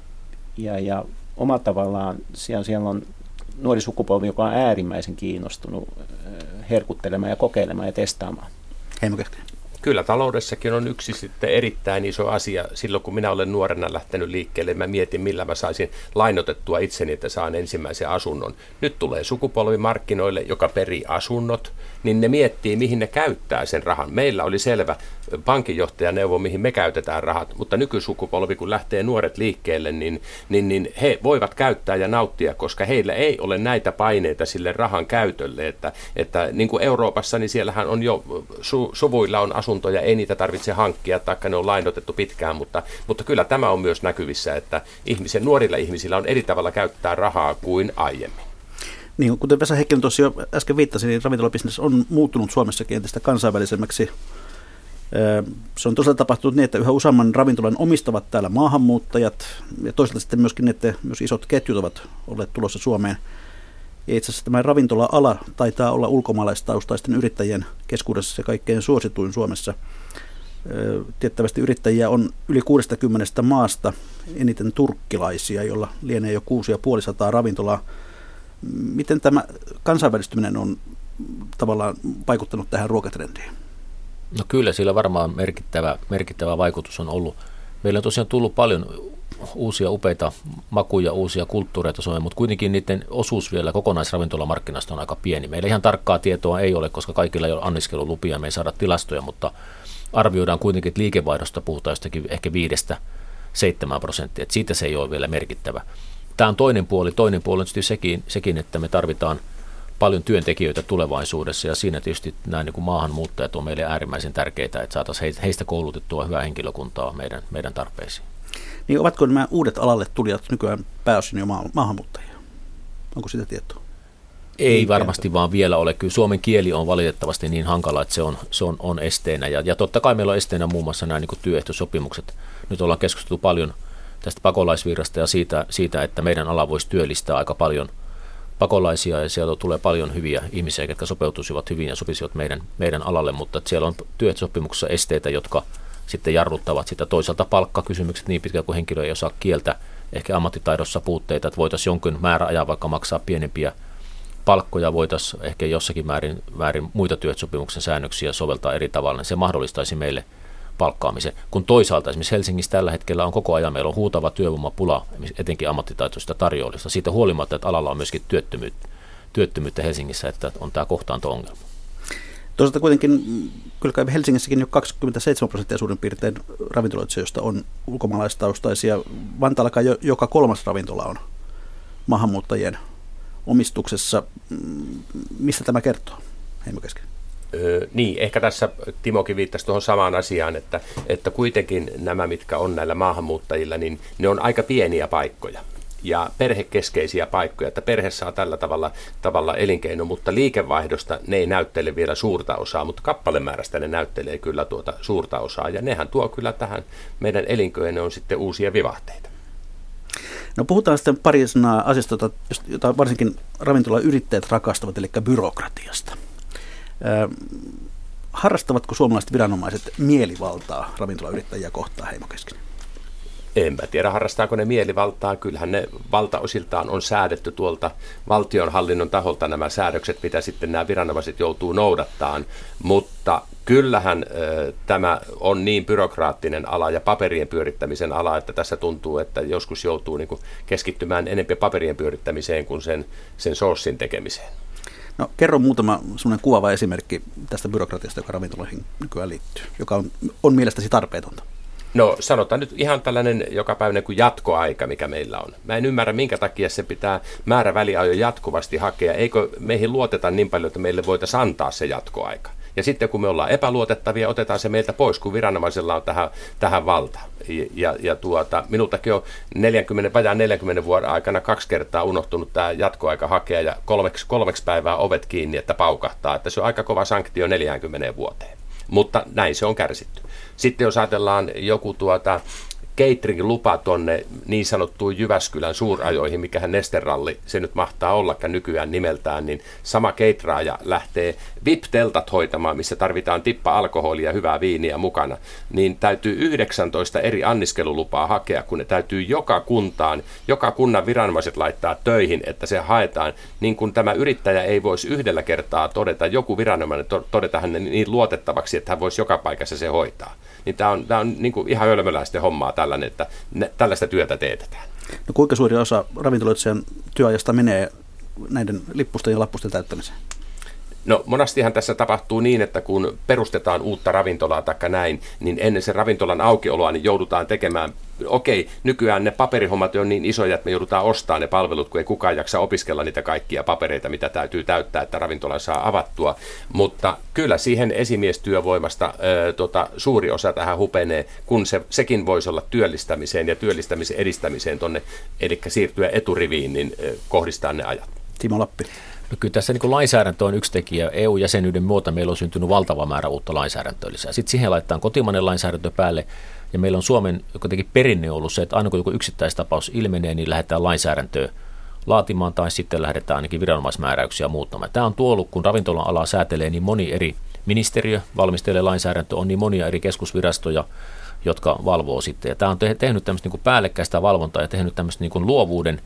ja omalla tavallaan siellä on nuori sukupolvi, joka on äärimmäisen kiinnostunut herkuttelemaan ja kokeilemaan ja testaamaan. Heimo Kähkönen. Kyllä taloudessakin on yksi sitten erittäin iso asia. Silloin kun minä olen nuorena lähtenyt liikkeelle, mä mietin millä mä saisin lainotettua itseni, että saan ensimmäisen asunnon. Nyt tulee sukupolvi markkinoille, joka perii asunnot, niin ne miettii mihin ne käyttää sen rahan. Meillä oli selvä pankinjohtajaneuvo, mihin me käytetään rahat, mutta nykysukupolvi kun lähtee nuoret liikkeelle, niin he voivat käyttää ja nauttia, koska heillä ei ole näitä paineita sille rahan käytölle. Että niin kuin Euroopassa, niin siellähän on jo suvuilla on asuntoja, ei niitä tarvitse hankkia, taikka ne on lainotettu pitkään, mutta kyllä tämä on myös näkyvissä, että nuorilla ihmisillä on eri tavalla käyttää rahaa kuin aiemmin. Niin, kuten Vesa Heikkilä tuossa jo äsken viittasi, niin ravintolabisnes on muuttunut Suomessakin entistä kansainvälisemmäksi. Se on tosiaan tapahtunut niin, että yhä useamman ravintolan omistavat täällä maahanmuuttajat, ja toisaalta sitten myöskin, että myös isot ketjut ovat olleet tulossa Suomeen. Ja itse asiassa tämä ravintola-ala taitaa olla ulkomaalaistaustaisten yrittäjien keskuudessa se kaikkein suosituin Suomessa. Tiettävästi yrittäjiä on yli 60 maasta, eniten turkkilaisia, joilla lienee jo 650 ravintolaa. Miten tämä kansainvälistyminen on tavallaan vaikuttanut tähän ruokatrendiin? No kyllä, sillä varmaan merkittävä vaikutus on ollut. Meillä on tosiaan tullut paljon uusia upeita makuja, uusia kulttuureita Suomeen, mutta kuitenkin niiden osuus vielä kokonaisravintolamarkkinasta on aika pieni. Meillä ihan tarkkaa tietoa ei ole, koska kaikilla ei ole anniskelulupia, me ei saada tilastoja, mutta arvioidaan kuitenkin, että liikevaihdosta puhutaan jostakin ehkä 5-7%, että siitä se ei ole vielä merkittävä. Tämä on toinen puoli. Toinen puoli on tietysti sekin, että me tarvitaan paljon työntekijöitä tulevaisuudessa, ja siinä tietysti nämä niin kuin maahanmuuttajat on meille äärimmäisen tärkeitä, että saataisiin heistä koulutettua hyvää henkilökuntaa meidän tarpeisiin. Niin ovatko nämä uudet alalle tulijat nykyään pääosin jo maahanmuuttajia? Onko sitä tietoa? Ei varmasti vaan vielä ole. Kyllä suomen kieli on valitettavasti niin hankala, että se on esteenä. Ja totta kai meillä on esteenä muun muassa nämä niin kuin työehtosopimukset. Nyt ollaan keskusteltu paljon tästä pakolaisvirrasta ja siitä, että meidän ala voisi työllistää aika paljon pakolaisia, ja siellä tulee paljon hyviä ihmisiä, jotka sopeutuisivat hyvin ja sopisivat meidän alalle, mutta siellä on työehtosopimuksessa esteitä, jotka sitten jarruttavat sitä. Toisaalta palkkakysymykset niin pitkään kuin henkilö ei osaa kieltä, ehkä ammattitaidossa puutteita, että voitaisiin jonkin määräajan vaikka maksaa pienempiä palkkoja, voitaisiin ehkä jossakin määrin muita työehtosopimuksen säännöksiä soveltaa eri tavalla, niin se mahdollistaisi meille palkkaamisen. Kun toisaalta esimerkiksi Helsingissä tällä hetkellä on koko ajan, meillä on huutava työvoimapula, etenkin ammattitaitoista tarjoilista. Siitä huolimatta, että alalla on myöskin työttömyyttä Helsingissä, että on tämä kohtaanto-ongelma. Toisaalta kuitenkin kyllä Helsingissäkin jo 27% suurin piirtein ravintoloitsijoista on ulkomaalaistaustaisia. Vantaallakaan joka kolmas ravintola on maahanmuuttajien omistuksessa. Mistä tämä kertoo? Heimo Kesken. Niin, ehkä tässä Timokin viittasi tuohon samaan asiaan, että kuitenkin nämä, mitkä on näillä maahanmuuttajilla, niin ne on aika pieniä paikkoja ja perhekeskeisiä paikkoja, että perhe saa tällä tavalla elinkeino, mutta liikevaihdosta ne ei näyttele vielä suurta osaa, mutta kappalemäärästä ne näyttelee kyllä tuota suurta osaa, ja nehän tuo kyllä tähän meidän elinkeinoon sitten uusia vivahteita. No puhutaan sitten pari sanaa asiasta, jota varsinkin ravintolayrittäjät rakastavat, eli byrokratiasta. Harrastavatko suomalaiset viranomaiset mielivaltaa ravintolayrittäjiä kohtaan, Heimo Keskinen? En mä tiedä, harrastaako ne mielivaltaa. Kyllähän ne valtaosiltaan on säädetty tuolta valtionhallinnon taholta nämä säädökset, mitä sitten nämä viranomaiset joutuu noudattamaan. Mutta kyllähän tämä on niin byrokraattinen ala ja paperien pyörittämisen ala, että tässä tuntuu, että joskus joutuu niin kuin keskittymään enemmän paperien pyörittämiseen kuin sen sourcin tekemiseen. No, kerro muutama semmoinen kuvaava esimerkki tästä byrokratiasta, joka ravintoloihin nykyään liittyy, joka on mielestäsi tarpeetonta. No sanotaan nyt ihan tällainen jokapäiväinen kuin jatkoaika, mikä meillä on. Mä en ymmärrä, minkä takia se pitää määräväliajo jatkuvasti hakea. Eikö meihin luoteta niin paljon, että meille voitaisiin antaa se jatkoaika? Ja sitten kun me ollaan epäluotettavia, otetaan se meiltä pois, kun viranomaisella on tähän valta. Minultakin on 40 vuoden aikana 2 kertaa unohtunut tämä jatkoaika hakea ja 3 päivää ovet kiinni, että paukahtaa. Että se on aika kova sanktio 40 vuoteen. Mutta näin se on kärsitty. Sitten jos ajatellaan joku catering-lupa tuonne niin sanottuun Jyväskylän suurajoihin, mikähän Nesteralli se nyt mahtaa ollakaan nykyään nimeltään, niin sama cateraaja lähtee VIP-teltat hoitamaan, missä tarvitaan tippa alkoholia ja hyvää viiniä mukana, niin täytyy 19 eri anniskelulupaa hakea, kun ne täytyy joka kunnan viranomaiset laittaa töihin, että se haetaan, niin kuin tämä yrittäjä ei voisi yhdellä kertaa todeta, joku viranomainen todeta hänen niin luotettavaksi, että hän voisi joka paikassa se hoitaa. Niin tämä on niin kuin ihan hölmöläisten hommaa tällainen, että tällaista työtä teetetään. No kuinka suuri osa ravintoloitsijan työajasta menee näiden lippusten ja lappusten täyttämiseen? No monastihan tässä tapahtuu niin, että kun perustetaan uutta ravintolaa taikka näin, niin ennen sen ravintolan aukioloa niin joudutaan tekemään, nykyään ne paperihommat on niin isoja, että me joudutaan ostamaan ne palvelut, kun ei kukaan jaksa opiskella niitä kaikkia papereita, mitä täytyy täyttää, että ravintola saa avattua. Mutta kyllä siihen esimiestyövoimasta suuri osa tähän hupenee, kun sekin voisi olla työllistämiseen ja työllistämisen edistämiseen tonne, eli siirtyä eturiviin, niin kohdistaa ne ajat. Timo Lappi. No kyllä tässä niin lainsäädäntö on yksi tekijä. EU-jäsenyyden muuta meillä on syntynyt valtava määrä uutta lainsäädäntöä lisää. Sitten siihen laitetaan kotimainen lainsäädäntö päälle, ja meillä on Suomen jotenkin perinne ollut se, että aina kun joku yksittäistapaus ilmenee, niin lähdetään lainsäädäntöä laatimaan tai sitten lähdetään ainakin viranomaismääräyksiä muuttamaan. Tämä on tuollut, kun ravintolan alaa säätelee niin moni eri ministeriö, valmistelee lainsäädäntö, on niin monia eri keskusvirastoja, jotka valvoo sitten. Ja tämä on tehnyt tämmöistä niin päällekkäistä valvontaa ja tehnyt tämmöistä niin luovuuden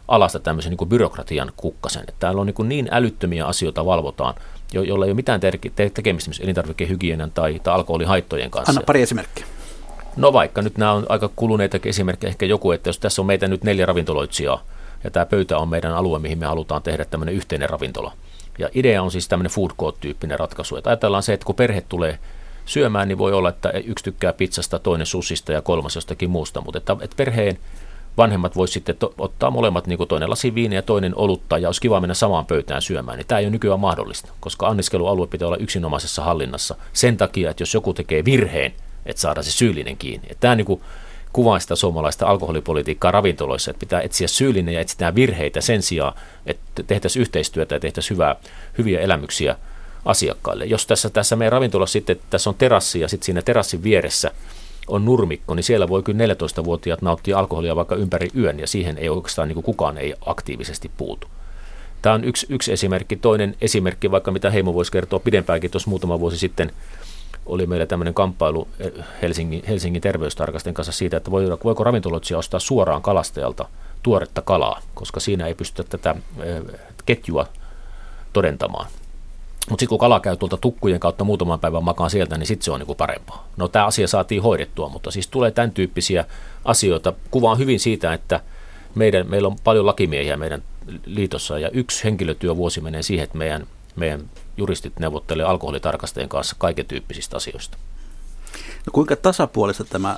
alasta tämmöisen niin kuin byrokratian kukkasen. Että täällä on niin älyttömiä asioita valvotaan, joilla ei ole mitään tekemistä elintarvikehygienian tai alkoholihaittojen kanssa. Anna pari esimerkkiä. No vaikka nyt nämä on aika kuluneita esimerkkejä, ehkä joku, että jos tässä on meitä nyt 4 ravintoloitsijaa, ja tämä pöytä on meidän alue, mihin me halutaan tehdä tämmöinen yhteinen ravintola. Ja idea on siis tämmöinen food court-tyyppinen ratkaisu. Että ajatellaan se, että kun perhe tulee syömään, niin voi olla, että yksi tykkää pizzasta, toinen sushista ja kolmas jostakin muusta. Mutta että perheen vanhemmat voisivat sitten ottaa molemmat, niin kuin toinen lasi viiniä ja toinen olutta, ja olisi kiva mennä samaan pöytään syömään. Niin tämä ei ole nykyään mahdollista, koska anniskelualue pitää olla yksinomaisessa hallinnassa sen takia, että jos joku tekee virheen, että saadaan se syyllinen kiinni. Että tämä niin kuin kuvaa sitä suomalaista alkoholipolitiikkaa ravintoloissa, että pitää etsiä syyllinen ja etsitään virheitä sen sijaan, että tehtäisiin yhteistyötä ja tehtäisiin hyviä elämyksiä asiakkaille. Jos tässä meidän ravintolassa sitten, tässä on terassi ja sitten siinä terassin vieressä on nurmikko, niin siellä voi kyllä 14-vuotiaat nauttia alkoholia vaikka ympäri yön, ja siihen ei oikeastaan niin kuin kukaan ei aktiivisesti puutu. Tämä on yksi esimerkki. Toinen esimerkki, vaikka mitä Heimo voisi kertoa pidempäänkin, tuossa muutama vuosi sitten oli meillä tämmöinen kamppailu Helsingin terveystarkasten kanssa siitä, että voiko ravintoloitsija ostaa suoraan kalastajalta tuoretta kalaa, koska siinä ei pystytä tätä ketjua todentamaan. Mutta sitten kun kala käy tuolta tukkujen kautta muutaman päivän makaan sieltä, niin sitten se on niinku parempaa. No tämä asia saatiin hoidettua, mutta siis tulee tämän tyyppisiä asioita. Kuva on hyvin siitä, että meillä on paljon lakimiehiä meidän liitossa, ja yksi henkilötyövuosi menee siihen, että meidän juristit neuvottelee alkoholitarkastajien kanssa kaiken tyyppisistä asioista. No kuinka tasapuolista tämä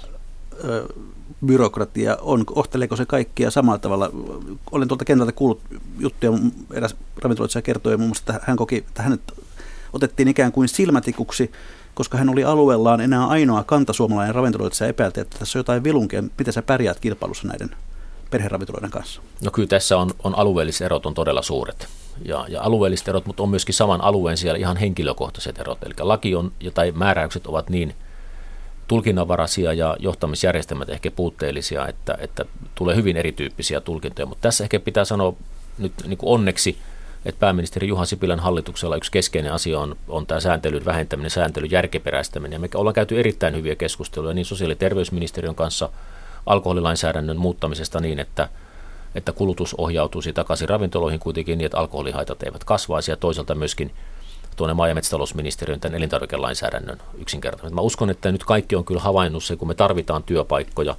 byrokratia on? Kohteleeko se kaikkia samalla tavalla? Olen tuolta kentältä kuullut juttuja, eräs ravintoloitsija kertoi muun muassa, että hän koki, että hänet otettiin ikään kuin silmätikuksi, koska hän oli alueellaan enää ainoa kantasuomalainen ravintoloitsija, epäiltiin, että tässä on jotain vilunkia. Miten sä pärjäät kilpailussa näiden perheravintoloiden kanssa? No kyllä tässä on alueelliset erot on todella suuret. Ja alueelliset erot, mutta on myöskin saman alueen siellä ihan henkilökohtaiset erot. Eli laki on, tai määräykset ovat niin tulkinnanvaraisia ja johtamisjärjestelmät ehkä puutteellisia, että tulee hyvin erityyppisiä tulkintoja. Mutta tässä ehkä pitää sanoa nyt niin kuin onneksi, että pääministeri Juha Sipilän hallituksella yksi keskeinen asia on tämä sääntelyn vähentäminen, sääntelyn järkiperäistäminen. Ja me ollaan käyty erittäin hyviä keskusteluja niin sosiaali- ja terveysministeriön kanssa alkoholilainsäädännön muuttamisesta niin, että kulutus ohjautuisi takaisin ravintoloihin kuitenkin niin, että alkoholihaitat eivät kasvaisi, ja toisaalta myöskin tuonne maa- ja metsätalousministeriön tämän elintarvikelainsäädännön yksinkertaisesti. Mä uskon, että nyt kaikki on kyllä havainnut se, kun me tarvitaan työpaikkoja,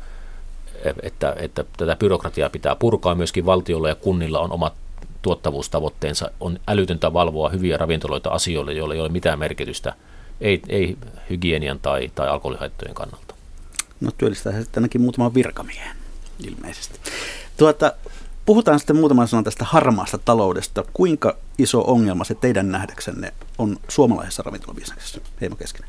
että tätä byrokratiaa pitää purkaa. Myöskin valtiolla ja kunnilla on omat tuottavuustavoitteensa. On älytöntä valvoa hyviä ravintoloita asioille, joilla ei ole mitään merkitystä, ei hygienian tai alkoholihaittojen kannalta. No työllistää sitten ainakin muutaman virkamiehen ilmeisesti. Puhutaan sitten muutaman sanan tästä harmaasta taloudesta. Kuinka iso ongelma se teidän nähdäksenne on suomalaisessa ravintolabisneksessä? Heimo Keskinen.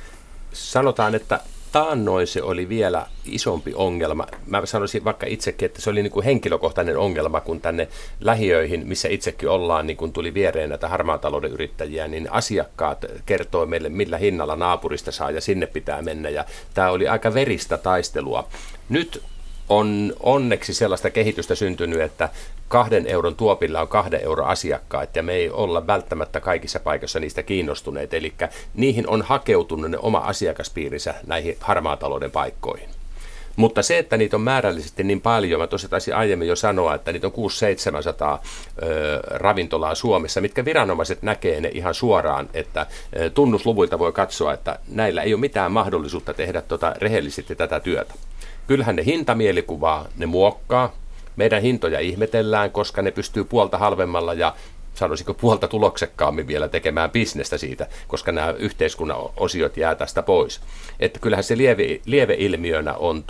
Sanotaan, että taannoin se oli vielä isompi ongelma. Mä sanoisin vaikka itsekin, että se oli niin kuin henkilökohtainen ongelma, kun tänne lähiöihin, missä itsekin ollaan, niin kun tuli viereen näitä harmaan talouden yrittäjiä, niin asiakkaat kertoi meille, millä hinnalla naapurista saa ja sinne pitää mennä. Ja tämä oli aika veristä taistelua. Nyt on onneksi sellaista kehitystä syntynyt, että 2 euron tuopilla on 2 euron asiakkaat, ja me ei olla välttämättä kaikissa paikoissa niistä kiinnostuneet. Eli niihin on hakeutunut ne oma asiakaspiirinsä näihin harmaatalouden paikkoihin. Mutta se, että niitä on määrällisesti niin paljon, mä tosiaan taisin aiemmin jo sanoa, että niitä on 600-700 ravintolaa Suomessa, mitkä viranomaiset näkee ne ihan suoraan, että tunnusluvuilta voi katsoa, että näillä ei ole mitään mahdollisuutta tehdä rehellisesti tätä työtä. Kyllähän ne hintamielikuvaa, ne muokkaa. Meidän hintoja ihmetellään, koska ne pystyy puolta halvemmalla ja sanoisinko puolta tuloksekkaammin vielä tekemään bisnestä siitä, koska nämä yhteiskunnan osiot jää tästä pois. Että kyllähän se lieveilmiönä on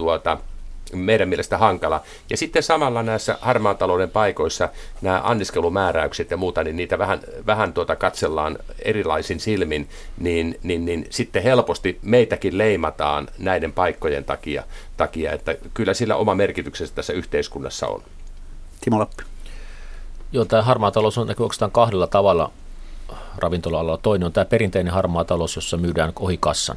meidän mielestä hankala. Ja sitten samalla näissä harmaan talouden paikoissa nämä anniskelumääräykset ja muuta, niin niitä vähän katsellaan erilaisin silmin, niin sitten helposti meitäkin leimataan näiden paikkojen takia, että kyllä sillä oma merkityksensä tässä yhteiskunnassa on. Timo Lappi. Joo, tämä harmaa talous on näkyy oikeastaan 2 tavalla ravintola-alalla. Toinen on tämä perinteinen harmaa talous, jossa myydään ohi kassan.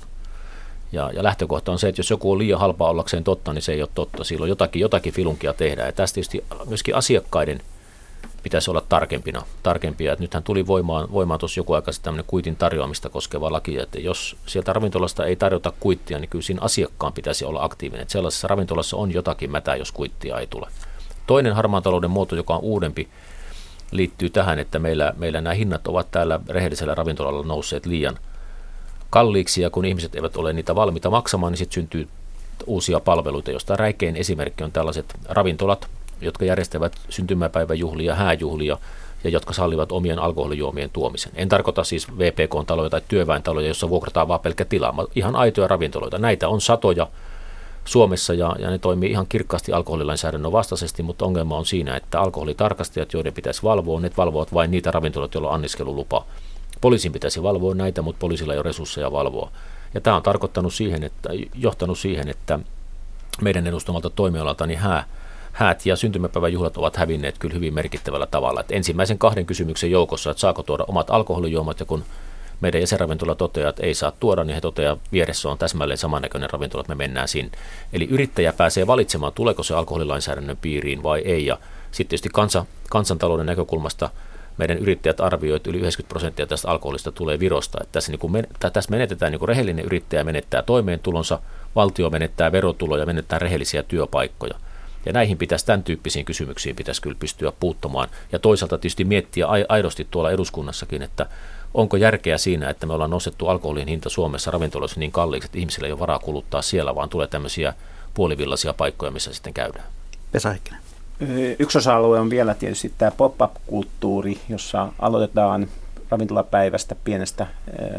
Ja lähtökohta on se, että jos joku on liian halpaa ollakseen totta, niin se ei ole totta. Silloin jotakin filunkia tehdään. Ja tästä tietysti myöskin asiakkaiden pitäisi olla tarkempia. Että nythän tuli voimaan tuossa joku aika tämmöinen kuitin tarjoamista koskeva laki, että jos sieltä ravintolasta ei tarjota kuittia, niin kyllä siinä asiakkaan pitäisi olla aktiivinen. Että sellaisessa ravintolassa on jotakin mätää, jos kuittia ei tule. Toinen harmaan talouden muoto, joka on uudempi, liittyy tähän, että meillä nämä hinnat ovat täällä rehellisellä ravintolalla nousseet liian kalliiksi, ja kun ihmiset eivät ole niitä valmiita maksamaan, niin sitten syntyy uusia palveluita, josta räikein esimerkki on tällaiset ravintolat, jotka järjestävät syntymäpäiväjuhlia, hääjuhlia, ja jotka sallivat omien alkoholijuomien tuomisen. En tarkoita siis VPK-taloja tai työväentaloja, jossa vuokrataan vaan pelkkä tila, vaan ihan aitoja ravintoloita. Näitä on satoja Suomessa ja ne toimii ihan kirkkaasti alkoholilainsäädännön vastaisesti, mutta ongelma on siinä, että alkoholitarkastajat, joiden pitäisi valvoa, ne valvovat vain niitä ravintoloita, joilla on anniskelulupa. Poliisin pitäisi valvoa näitä, mutta poliisilla ei ole resursseja valvoa. Ja tämä on johtanut siihen, että meidän edustamalta toimialalta niin häät ja syntymäpäiväjuhlat ovat hävinneet kyllä hyvin merkittävällä tavalla. Että ensimmäisen 2 kysymyksen joukossa, että saako tuoda omat alkoholijuomat, ja kun meidän jäsenravintola toteaa, että ei saa tuoda, niin he toteaa, vieressä on täsmälleen samannäköinen ravintola, että me mennään sinne. Eli yrittäjä pääsee valitsemaan, tuleeko se alkoholilainsäädännön piiriin vai ei. Ja sitten tietysti kansantalouden näkökulmasta meidän yrittäjät arvioivat, että yli 90% tästä alkoholista tulee Virosta. Että tässä menetetään, niin kuin rehellinen yrittäjä menettää toimeentulonsa, valtio menettää verotuloja, menettää rehellisiä työpaikkoja. Ja näihin tämän tyyppisiin kysymyksiin pitäisi kyllä pystyä puuttumaan. Ja toisaalta tietysti miettiä aidosti tuolla eduskunnassakin, että onko järkeä siinä, että me ollaan nostettu alkoholin hinta Suomessa ravintoloissa niin kalliiksi, että ihmisillä ei ole varaa kuluttaa siellä, vaan tulee tämmöisiä puolivillaisia paikkoja, missä sitten käydään. Vesa Heikkinen. Yksi osa-alue on vielä tietysti tämä pop-up-kulttuuri, jossa aloitetaan ravintolapäivästä pienestä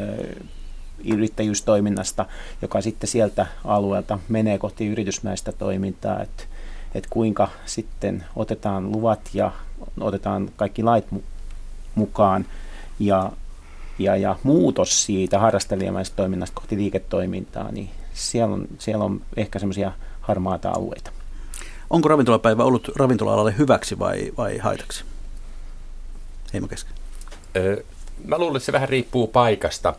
yrittäjyystoiminnasta, joka sitten sieltä alueelta menee kohti yritysmäistä toimintaa, että kuinka sitten otetaan luvat ja otetaan kaikki lait mukaan ja muutos siitä harrastelijamaisesta toiminnasta kohti liiketoimintaa, niin siellä on ehkä semmoisia harmaata alueita. Onko ravintolapäivä ollut ravintola-alalle hyväksi vai haitaksi? Heimo Kesken. Mä luulen, että se vähän riippuu paikasta,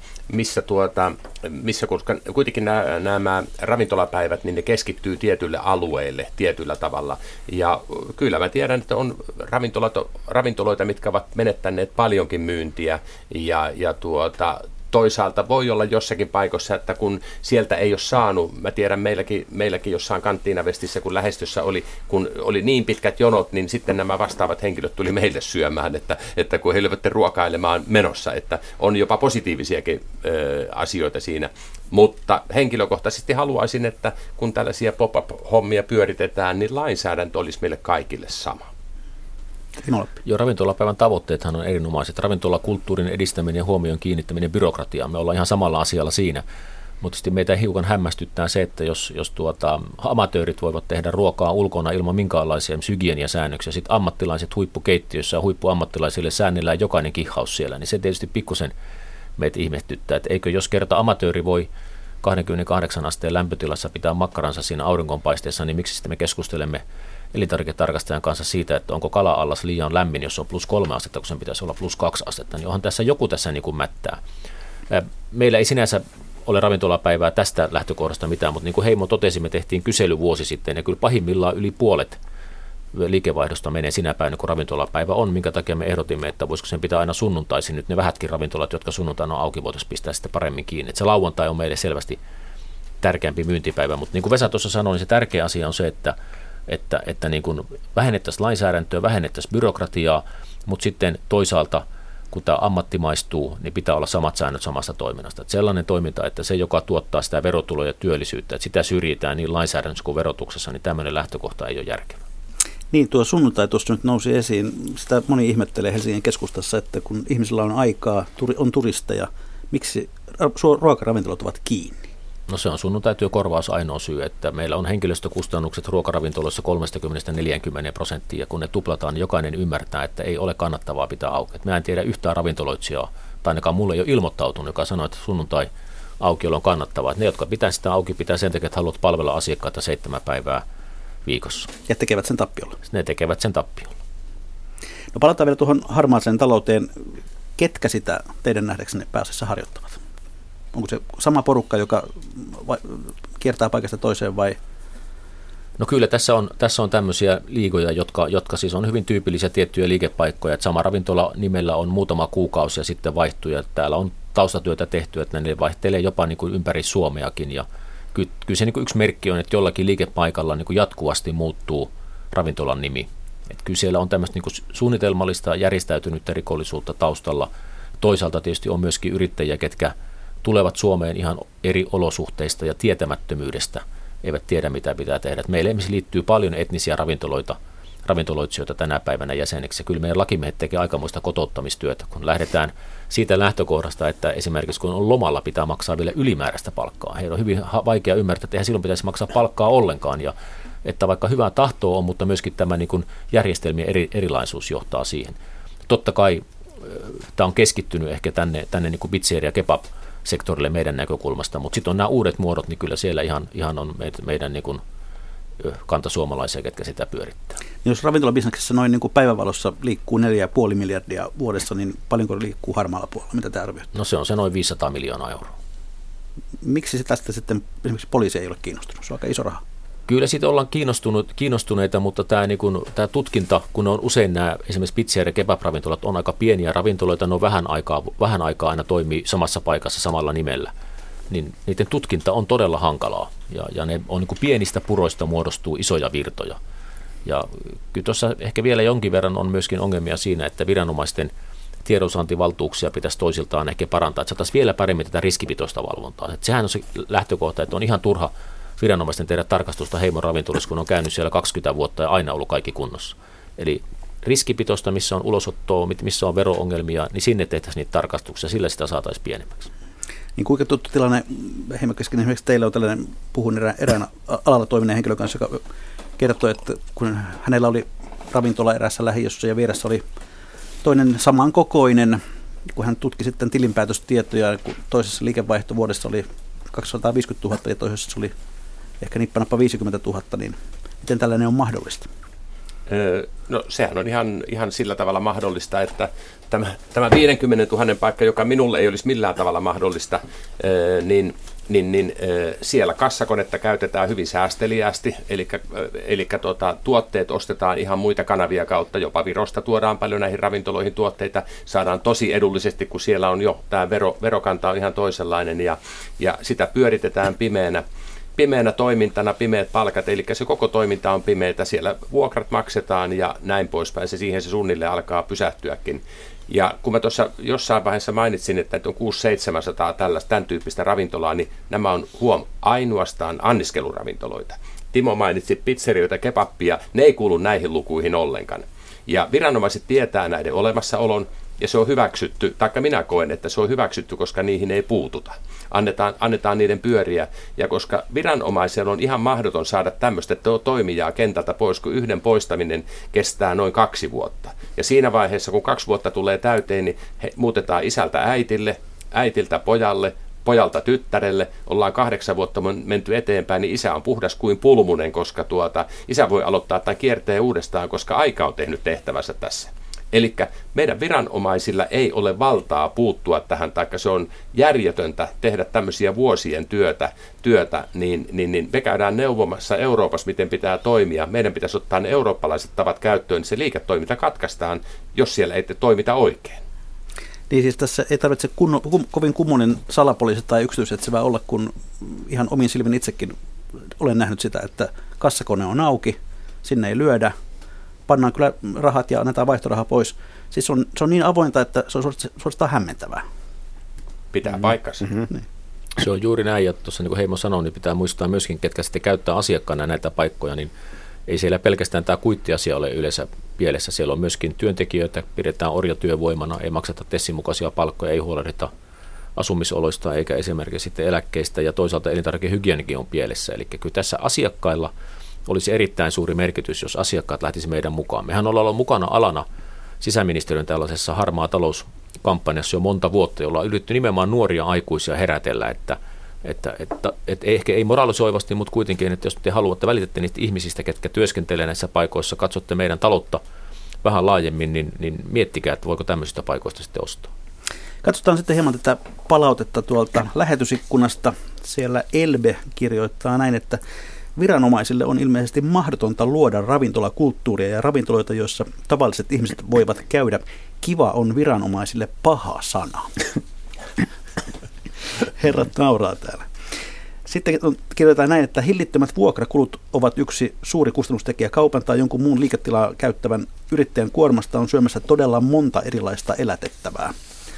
missä koska kuitenkin nämä ravintolapäivät, niin ne keskittyy tietyille alueille tietyllä tavalla. Ja kyllä mä tiedän, että on ravintoloita, mitkä ovat menettäneet paljonkin myyntiä ja toisaalta voi olla jossakin paikoissa, että kun sieltä ei ole saanut, mä tiedän meilläkin jossain kanttiinavestissä, kun lähestössä kun oli niin pitkät jonot, niin sitten nämä vastaavat henkilöt tuli meille syömään, että kun he olivat ruokailemaan menossa, että on jopa positiivisiakin asioita siinä. Mutta henkilökohtaisesti haluaisin, että kun tällaisia pop-up-hommia pyöritetään, niin lainsäädäntö olisi meille kaikille sama. Jo ravintolapäivän tavoitteethan on erinomaiset. Ravintolakulttuurin edistäminen ja huomion kiinnittäminen byrokratiaan. Me ollaan ihan samalla asialla siinä. Mutta sitten meitä hiukan hämmästyttää se, että jos amatöörit voivat tehdä ruokaa ulkona ilman minkäänlaisia hygieniasäännöksiä, sitten ammattilaiset huippukeittiössä ja huippuammattilaisille säännellään jokainen kihaus siellä, niin se tietysti pikkusen meitä ihmetyttää, että eikö jos kerta amatööri voi 28 asteen lämpötilassa pitää makkaransa siinä auringonpaisteessa, niin miksi sitten me keskustelemme elintarviketarkastajan kanssa siitä, että onko kala-allas liian lämmin, jos on +3 astetta, kun sen pitäisi olla +2 astetta, niin onhan tässä joku niin kuin mättää. Meillä ei sinänsä ole ravintolapäivää tästä lähtökohdasta mitään, mutta niin kuin Heimo totesi, me tehtiin kysely vuosi sitten, ja kyllä pahimmillaan yli puolet liikevaihdosta menee sinä päivänä, kun ravintolapäivä on, minkä takia me ehdotimme, että voisiko sen pitää aina sunnuntaisin, nyt ne vähätkin ravintolat, jotka sunnuntaina on auki, voitaisiin pistää sitten paremmin kiinni. Että se lauantai on meille selvästi tärkeämpi myyntipäivä, mutta niin kuin Vesa tuossa sanoi, niin se tärkeä asia on se, että niin kuin vähennettäisiin lainsäädäntöä, vähennettäisiin byrokratiaa, mutta sitten toisaalta, kun tämä ammattimaistuu, niin pitää olla samat säännöt samasta toiminnasta. Että sellainen toiminta, että se, joka tuottaa sitä verotuloja ja työllisyyttä, että sitä syrjitään niin lainsäädännössä kuin verotuksessa, niin tämmöinen lähtökohta ei ole järkevä. Niin, tuo sunnuntai tuossa nyt nousi esiin. Sitä moni ihmettelee Helsingin keskustassa, että kun ihmisillä on aikaa, on turisteja, miksi ruokaravintolat ovat kiinni? No se on sunnuntaityökorvaus ainoa syy, että meillä on henkilöstökustannukset ruokaravintoloissa 30-40%, ja kun ne tuplataan, niin jokainen ymmärtää, että ei ole kannattavaa pitää auki. Mä en tiedä yhtään ravintoloitsijaa, tai ainakaan mulle ei ole ilmoittautunut, joka sanoo, että sunnuntai aukiolo on kannattavaa. Että ne, jotka pitää sitä auki, pitää sen takia, että haluat palvella asiakkaita 7 päivää viikossa. Ja tekevät sen tappiolla. Ne tekevät sen tappiolla. No palataan vielä tuohon harmaaseen talouteen. Ketkä sitä teidän nähdäksenne pääasiassa harjoittavat? Onko se sama porukka, joka kiertää paikasta toiseen vai? No kyllä tässä on tämmöisiä liigoja, jotka siis on hyvin tyypillisiä tiettyjä liikepaikkoja. Että sama ravintola nimellä on muutama kuukausi ja sitten vaihtuu. Ja täällä on taustatyötä tehty, että ne vaihtelee jopa niin kuin ympäri Suomeakin. Ja kyllä se niin kuin yksi merkki on, että jollakin liikepaikalla niin kuin jatkuvasti muuttuu ravintolan nimi. Että kyllä siellä on tämmöistä niin suunnitelmallista järjestäytynyttä rikollisuutta taustalla. Toisaalta tietysti on myöskin yrittäjiä, ketkä tulevat Suomeen ihan eri olosuhteista ja tietämättömyydestä, eivät tiedä mitä pitää tehdä. Meille esimerkiksi liittyy paljon etnisiä ravintoloitsijoita tänä päivänä jäseniksi. Kyllä meidän lakimiehet tekee aikamoista kotouttamistyötä, kun lähdetään siitä lähtökohdasta, että esimerkiksi kun on lomalla, pitää maksaa vielä ylimääräistä palkkaa. Heillä on hyvin vaikea ymmärtää, että eihän silloin pitäisi maksaa palkkaa ollenkaan, ja että vaikka hyvää tahtoa on, mutta myöskin tämä niin kuin järjestelmien erilaisuus johtaa siihen. Totta kai tämä on keskittynyt ehkä tänne niin kuin pizzeria kebab-sektorille meidän näkökulmasta, mutta sitten on nämä uudet muodot, niin kyllä siellä ihan on meidän niin kuin kantasuomalaisia, ketkä sitä pyörittää. Jos ravintolabisneksessä noin niin kuin päivävalossa liikkuu 4,5 miljardia vuodessa, niin paljonko liikkuu harmaalla puolella? Mitä te arvioitte? No se on se noin 500 miljoonaa euroa. Miksi se tästä sitten esimerkiksi poliisi ei ole kiinnostunut? Se on aika iso raha. Kyllä siitä ollaan kiinnostuneita, mutta tämä tutkinta, kun on usein nämä esimerkiksi pizzeria ja kebab-ravintolat on aika pieniä ravintoloita, ne on vähän aikaa aina toimii samassa paikassa samalla nimellä, niin niiden tutkinta on todella hankalaa ja ne on niin kuin pienistä puroista muodostuu isoja virtoja. Ja kyllä tuossa ehkä vielä jonkin verran on myöskin ongelmia siinä, että viranomaisten tiedonsaantivaltuuksia pitäisi toisiltaan ehkä parantaa, että saataisiin vielä paremmin tätä riskipitoista valvontaa. Että sehän on se lähtökohta, että on ihan turha viranomaisten tehdä tarkastusta Heimon ravintolassa, kun on käynyt siellä 20 vuotta ja aina ollut kaikki kunnossa. Eli riskipitoista, missä on ulosottoa, missä on vero-ongelmia, niin sinne tehtäisiin niitä tarkastuksia, sillä sitä saataisiin pienemmäksi. Niin kuinka tuttu tilanne Heimon kesken esimerkiksi teillä on tällainen, puhun erään alalla toimineen henkilön kanssa, joka kertoi, että kun hänellä oli ravintola eräässä lähiössä ja vieressä oli toinen samankokoinen, kun hän tutki sitten tilinpäätöstietoja, kun toisessa liikevaihtovuodessa oli 250 000 ja toisessa oli ehkä nippanappa 50 000, niin miten tällainen on mahdollista? No sehän on ihan sillä tavalla mahdollista, että tämä 50 000 paikka, joka minulle ei olisi millään tavalla mahdollista, niin siellä kassakonetta käytetään hyvin säästeliäästi, eli tuotteet ostetaan ihan muita kanavia kautta, jopa Virosta tuodaan paljon näihin ravintoloihin tuotteita, saadaan tosi edullisesti, kun siellä on jo tämä verokanta on ihan toisenlainen ja sitä pyöritetään pimeänä toimintana, pimeät palkat, eli se koko toiminta on pimeätä, siellä vuokrat maksetaan ja näin poispäin, siihen se suunnilleen alkaa pysähtyäkin. Ja kun mä tuossa jossain vaiheessa mainitsin, että on 600-700 tämän tyyppistä ravintolaa, niin nämä on ainoastaan anniskeluravintoloita. Timo mainitsi pizzerioita, kebappia, ne ei kuulu näihin lukuihin ollenkaan. Ja viranomaiset tietää näiden olemassaolon, ja se on hyväksytty, taikka minä koen, että se on hyväksytty, koska niihin ei puututa. Annetaan niiden pyöriä, ja koska viranomaisella on ihan mahdoton saada tämmöistä toimijaa kentältä pois, kun yhden poistaminen kestää noin 2 vuotta. Ja siinä vaiheessa, kun 2 vuotta tulee täyteen, niin muutetaan isältä äitille, äitiltä pojalle, pojalta tyttärelle, ollaan 8 vuotta menty eteenpäin, niin isä on puhdas kuin pulmunen, koska isä voi aloittaa tämän kierteen uudestaan, koska aika on tehnyt tehtävänsä tässä. Eli meidän viranomaisilla ei ole valtaa puuttua tähän, taikka se on järjetöntä tehdä tämmöisiä vuosien työtä niin me käydään neuvomassa Euroopassa, miten pitää toimia. Meidän pitäisi ottaa ne eurooppalaiset tavat käyttöön, niin se liiketoiminta katkaistaan, jos siellä ei toimita oikein. Niin siis tässä ei tarvitse kovin kummonen salapoliisi tai yksityisetsivä olla, kun ihan omin silmin itsekin olen nähnyt sitä, että kassakone on auki, sinne ei lyödä, pannaan kyllä rahat ja annetaan vaihtoraha pois. Siis se on niin avointa, että se on suorastaan hämmentävää. Pitää paikkansa. Niin. Se on juuri näin, ja tuossa niin kuin Heimo sanoi, niin pitää muistaa myöskin, ketkä sitten käyttää asiakkaana näitä paikkoja, niin ei siellä pelkästään tämä kuittiasia ole yleensä pielessä. Siellä on myöskin työntekijöitä, pidetään orjatyövoimana, ei makseta TESin mukaisia palkkoja, ei huolehdita asumisoloista eikä esimerkiksi sitten eläkkeistä, ja toisaalta elintarvikehygienikin on pielessä. Eli kyllä tässä asiakkailla olisi erittäin suuri merkitys, jos asiakkaat lähtisi meidän mukaan. Mehän ollaan ollut mukana alana sisäministeriön tällaisessa harmaa talouskampanjassa jo monta vuotta, jolla on yritetty nimenomaan nuoria aikuisia herätellä, että ehkä ei moralisoivasti, mutta kuitenkin, että jos te haluatte, välitätte niistä ihmisistä, ketkä työskentelee näissä paikoissa, katsotte meidän taloutta vähän laajemmin, niin miettikää, että voiko tämmöisistä paikoista sitten ostaa. Katsotaan sitten hieman tätä palautetta tuolta lähetysikkunasta. Siellä Elbe kirjoittaa näin, että viranomaisille on ilmeisesti mahdotonta luoda ravintolakulttuuria ja ravintoloita, joissa tavalliset ihmiset voivat käydä. Kiva on viranomaisille paha sana. Herrat nauraa täällä. Sitten kirjoitetaan näin, että hillittömät vuokrakulut ovat yksi suuri kustannustekijä. Kaupan tai jonkun muun liiketilaa käyttävän yrittäjän kuormasta on syömässä todella monta erilaista elätettävää.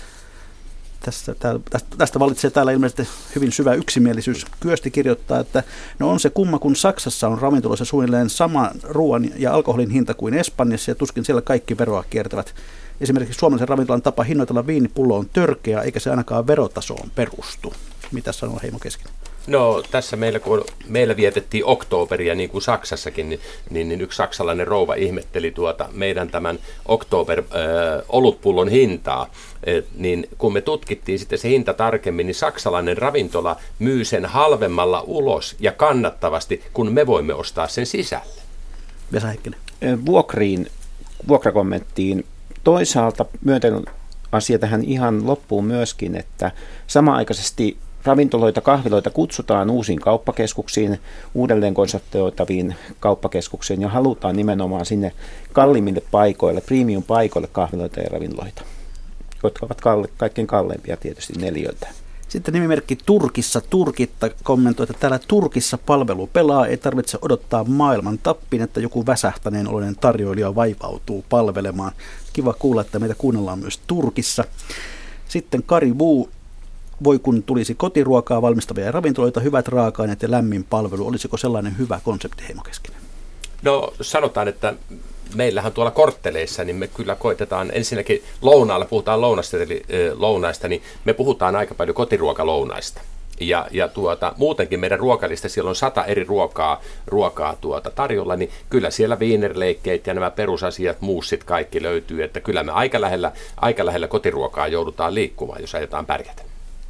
Tästä vallitsee täällä ilmeisesti hyvin syvä yksimielisyys. Kyösti kirjoittaa, että no on se kumma, kun Saksassa on ravintoloissa suunnilleen sama ruoan ja alkoholin hinta kuin Espanjassa ja tuskin siellä kaikki veroa kiertävät. Esimerkiksi suomalaisen ravintolan tapa hinnoitella viinipullo on törkeä, eikä se ainakaan verotasoon perustu. Mitä sanoo Heimo Keskinen? No tässä kun meillä vietettiin oktoberia niin kuin Saksassakin, niin yksi saksalainen rouva ihmetteli meidän tämän olutpullon hintaa. Niin kun me tutkittiin sitten se hinta tarkemmin, niin saksalainen ravintola myy sen halvemmalla ulos ja kannattavasti, kun me voimme ostaa sen sisälle. Vesa Heikkinen. Vuokrakommenttiin. Toisaalta myönteinen asia tähän ihan loppuun myöskin, että samaaikaisesti ravintoloita, kahviloita kutsutaan uusiin kauppakeskuksiin, uudelleen konseptoitaviin kauppakeskuksiin ja halutaan nimenomaan sinne kalliimmille paikoille, premium-paikoille kahviloita ja ravintoloita, jotka ovat kaikkein kalleimpia tietysti neliöiltä. Sitten nimimerkki Turkissa Turkitta kommentoi, että täällä Turkissa palvelu pelaa, ei tarvitse odottaa maailman tappiin, että joku väsähtäneen oloinen tarjoilija vaivautuu palvelemaan. Kiva kuulla, että meitä kuunnellaan myös Turkissa. Sitten Kari Vuu, voi kun tulisi kotiruokaa valmistavia ravintoloita, hyvät raaka-aineet ja lämmin palvelu. Olisiko sellainen hyvä konsepti, Heimo Keskinen? No sanotaan, että meillähän tuolla kortteleissa, niin me kyllä koitetaan ensinnäkin lounaalla, puhutaan lounaista, niin me puhutaan aika paljon kotiruokalounaista. Ja muutenkin meidän ruokalista, siellä on 100 eri ruokaa tarjolla, niin kyllä siellä viinerleikkeet ja nämä perusasiat, muussit kaikki löytyy, että kyllä me aika lähellä kotiruokaa joudutaan liikkumaan, jos ajetaan pärjätä.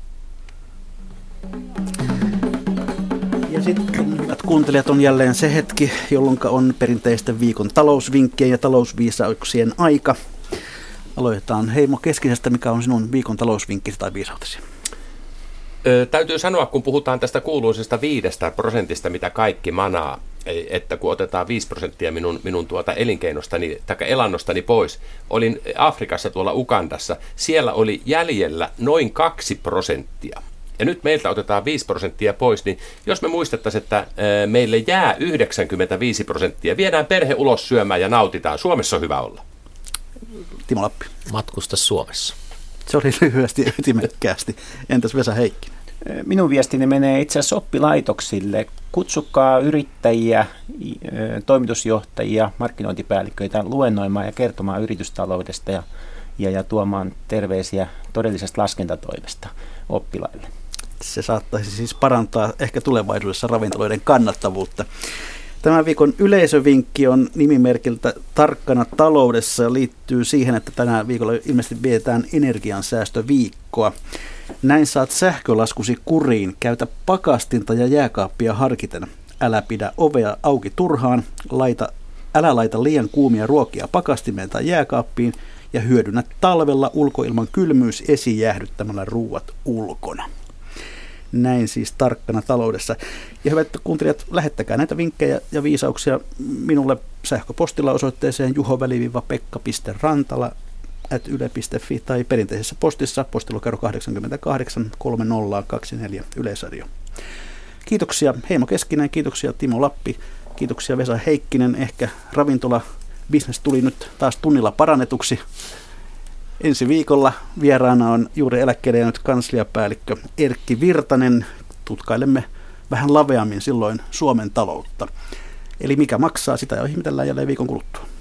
Ja sitten, hyvät kuuntelijat, on jälleen se hetki, jolloin on perinteisten viikon talousvinkkien ja talousviisauksien aika. Aloitetaan Heimo Keskisestä, mikä on sinun viikon talousvinkkisi tai viisautesi? Täytyy sanoa, kun puhutaan tästä kuuluisesta 5%, mitä kaikki manaa, että kun otetaan 5% minun elinkeinostani tai elannostani pois. Olin Afrikassa tuolla Ugandassa, siellä oli jäljellä noin 2%. Ja nyt meiltä otetaan 5% pois, niin jos me muistettaisiin, että meille jää 95%, viedään perhe ulos syömään ja nautitaan. Suomessa on hyvä olla. Timo Lappi. Matkusta Suomessa. Se oli lyhyesti ja ytimekkäästi. Entäs Vesa Heikkinen? Minun viestini menee itse asiassa oppilaitoksille. Kutsukaa yrittäjiä, toimitusjohtajia, markkinointipäälliköitä luennoimaan ja kertomaan yritystaloudesta ja tuomaan terveisiä todellisesta laskentatoimesta oppilaille. Se saattaisi siis parantaa ehkä tulevaisuudessa ravintoloiden kannattavuutta. Tämän viikon yleisövinkki on nimimerkiltä Tarkkana taloudessa ja liittyy siihen, että tänä viikolla ilmeisesti vietetään energiansäästöviikkoa. Näin saat sähkölaskusi kuriin. Käytä pakastinta ja jääkaappia harkiten. Älä pidä ovea auki turhaan. Älä laita liian kuumia ruokia pakastimeen tai jääkaappiin ja hyödynnä talvella ulkoilman kylmyys esijäähdyttämällä ruuat ulkona. Näin siis Tarkkana taloudessa. Ja hyvät kuuntelijat, lähettäkää näitä vinkkejä ja viisauksia minulle sähköpostilla osoitteeseen juho-pekka.rantala@yle.fi tai perinteisessä postissa postilukero 88 3024 Yleisradio. Kiitoksia Heimo Keskinen, kiitoksia Timo Lappi, kiitoksia Vesa Heikkinen. Ehkä ravintola-business tuli nyt taas tunnilla parannetuksi. Ensi viikolla vieraana on juuri eläkkeelle jäänyt kansliapäällikkö Erkki Virtanen. Tutkailemme vähän laveammin silloin Suomen taloutta. Eli mikä maksaa, sitä jo ihmetellään jälleen viikon kuluttua.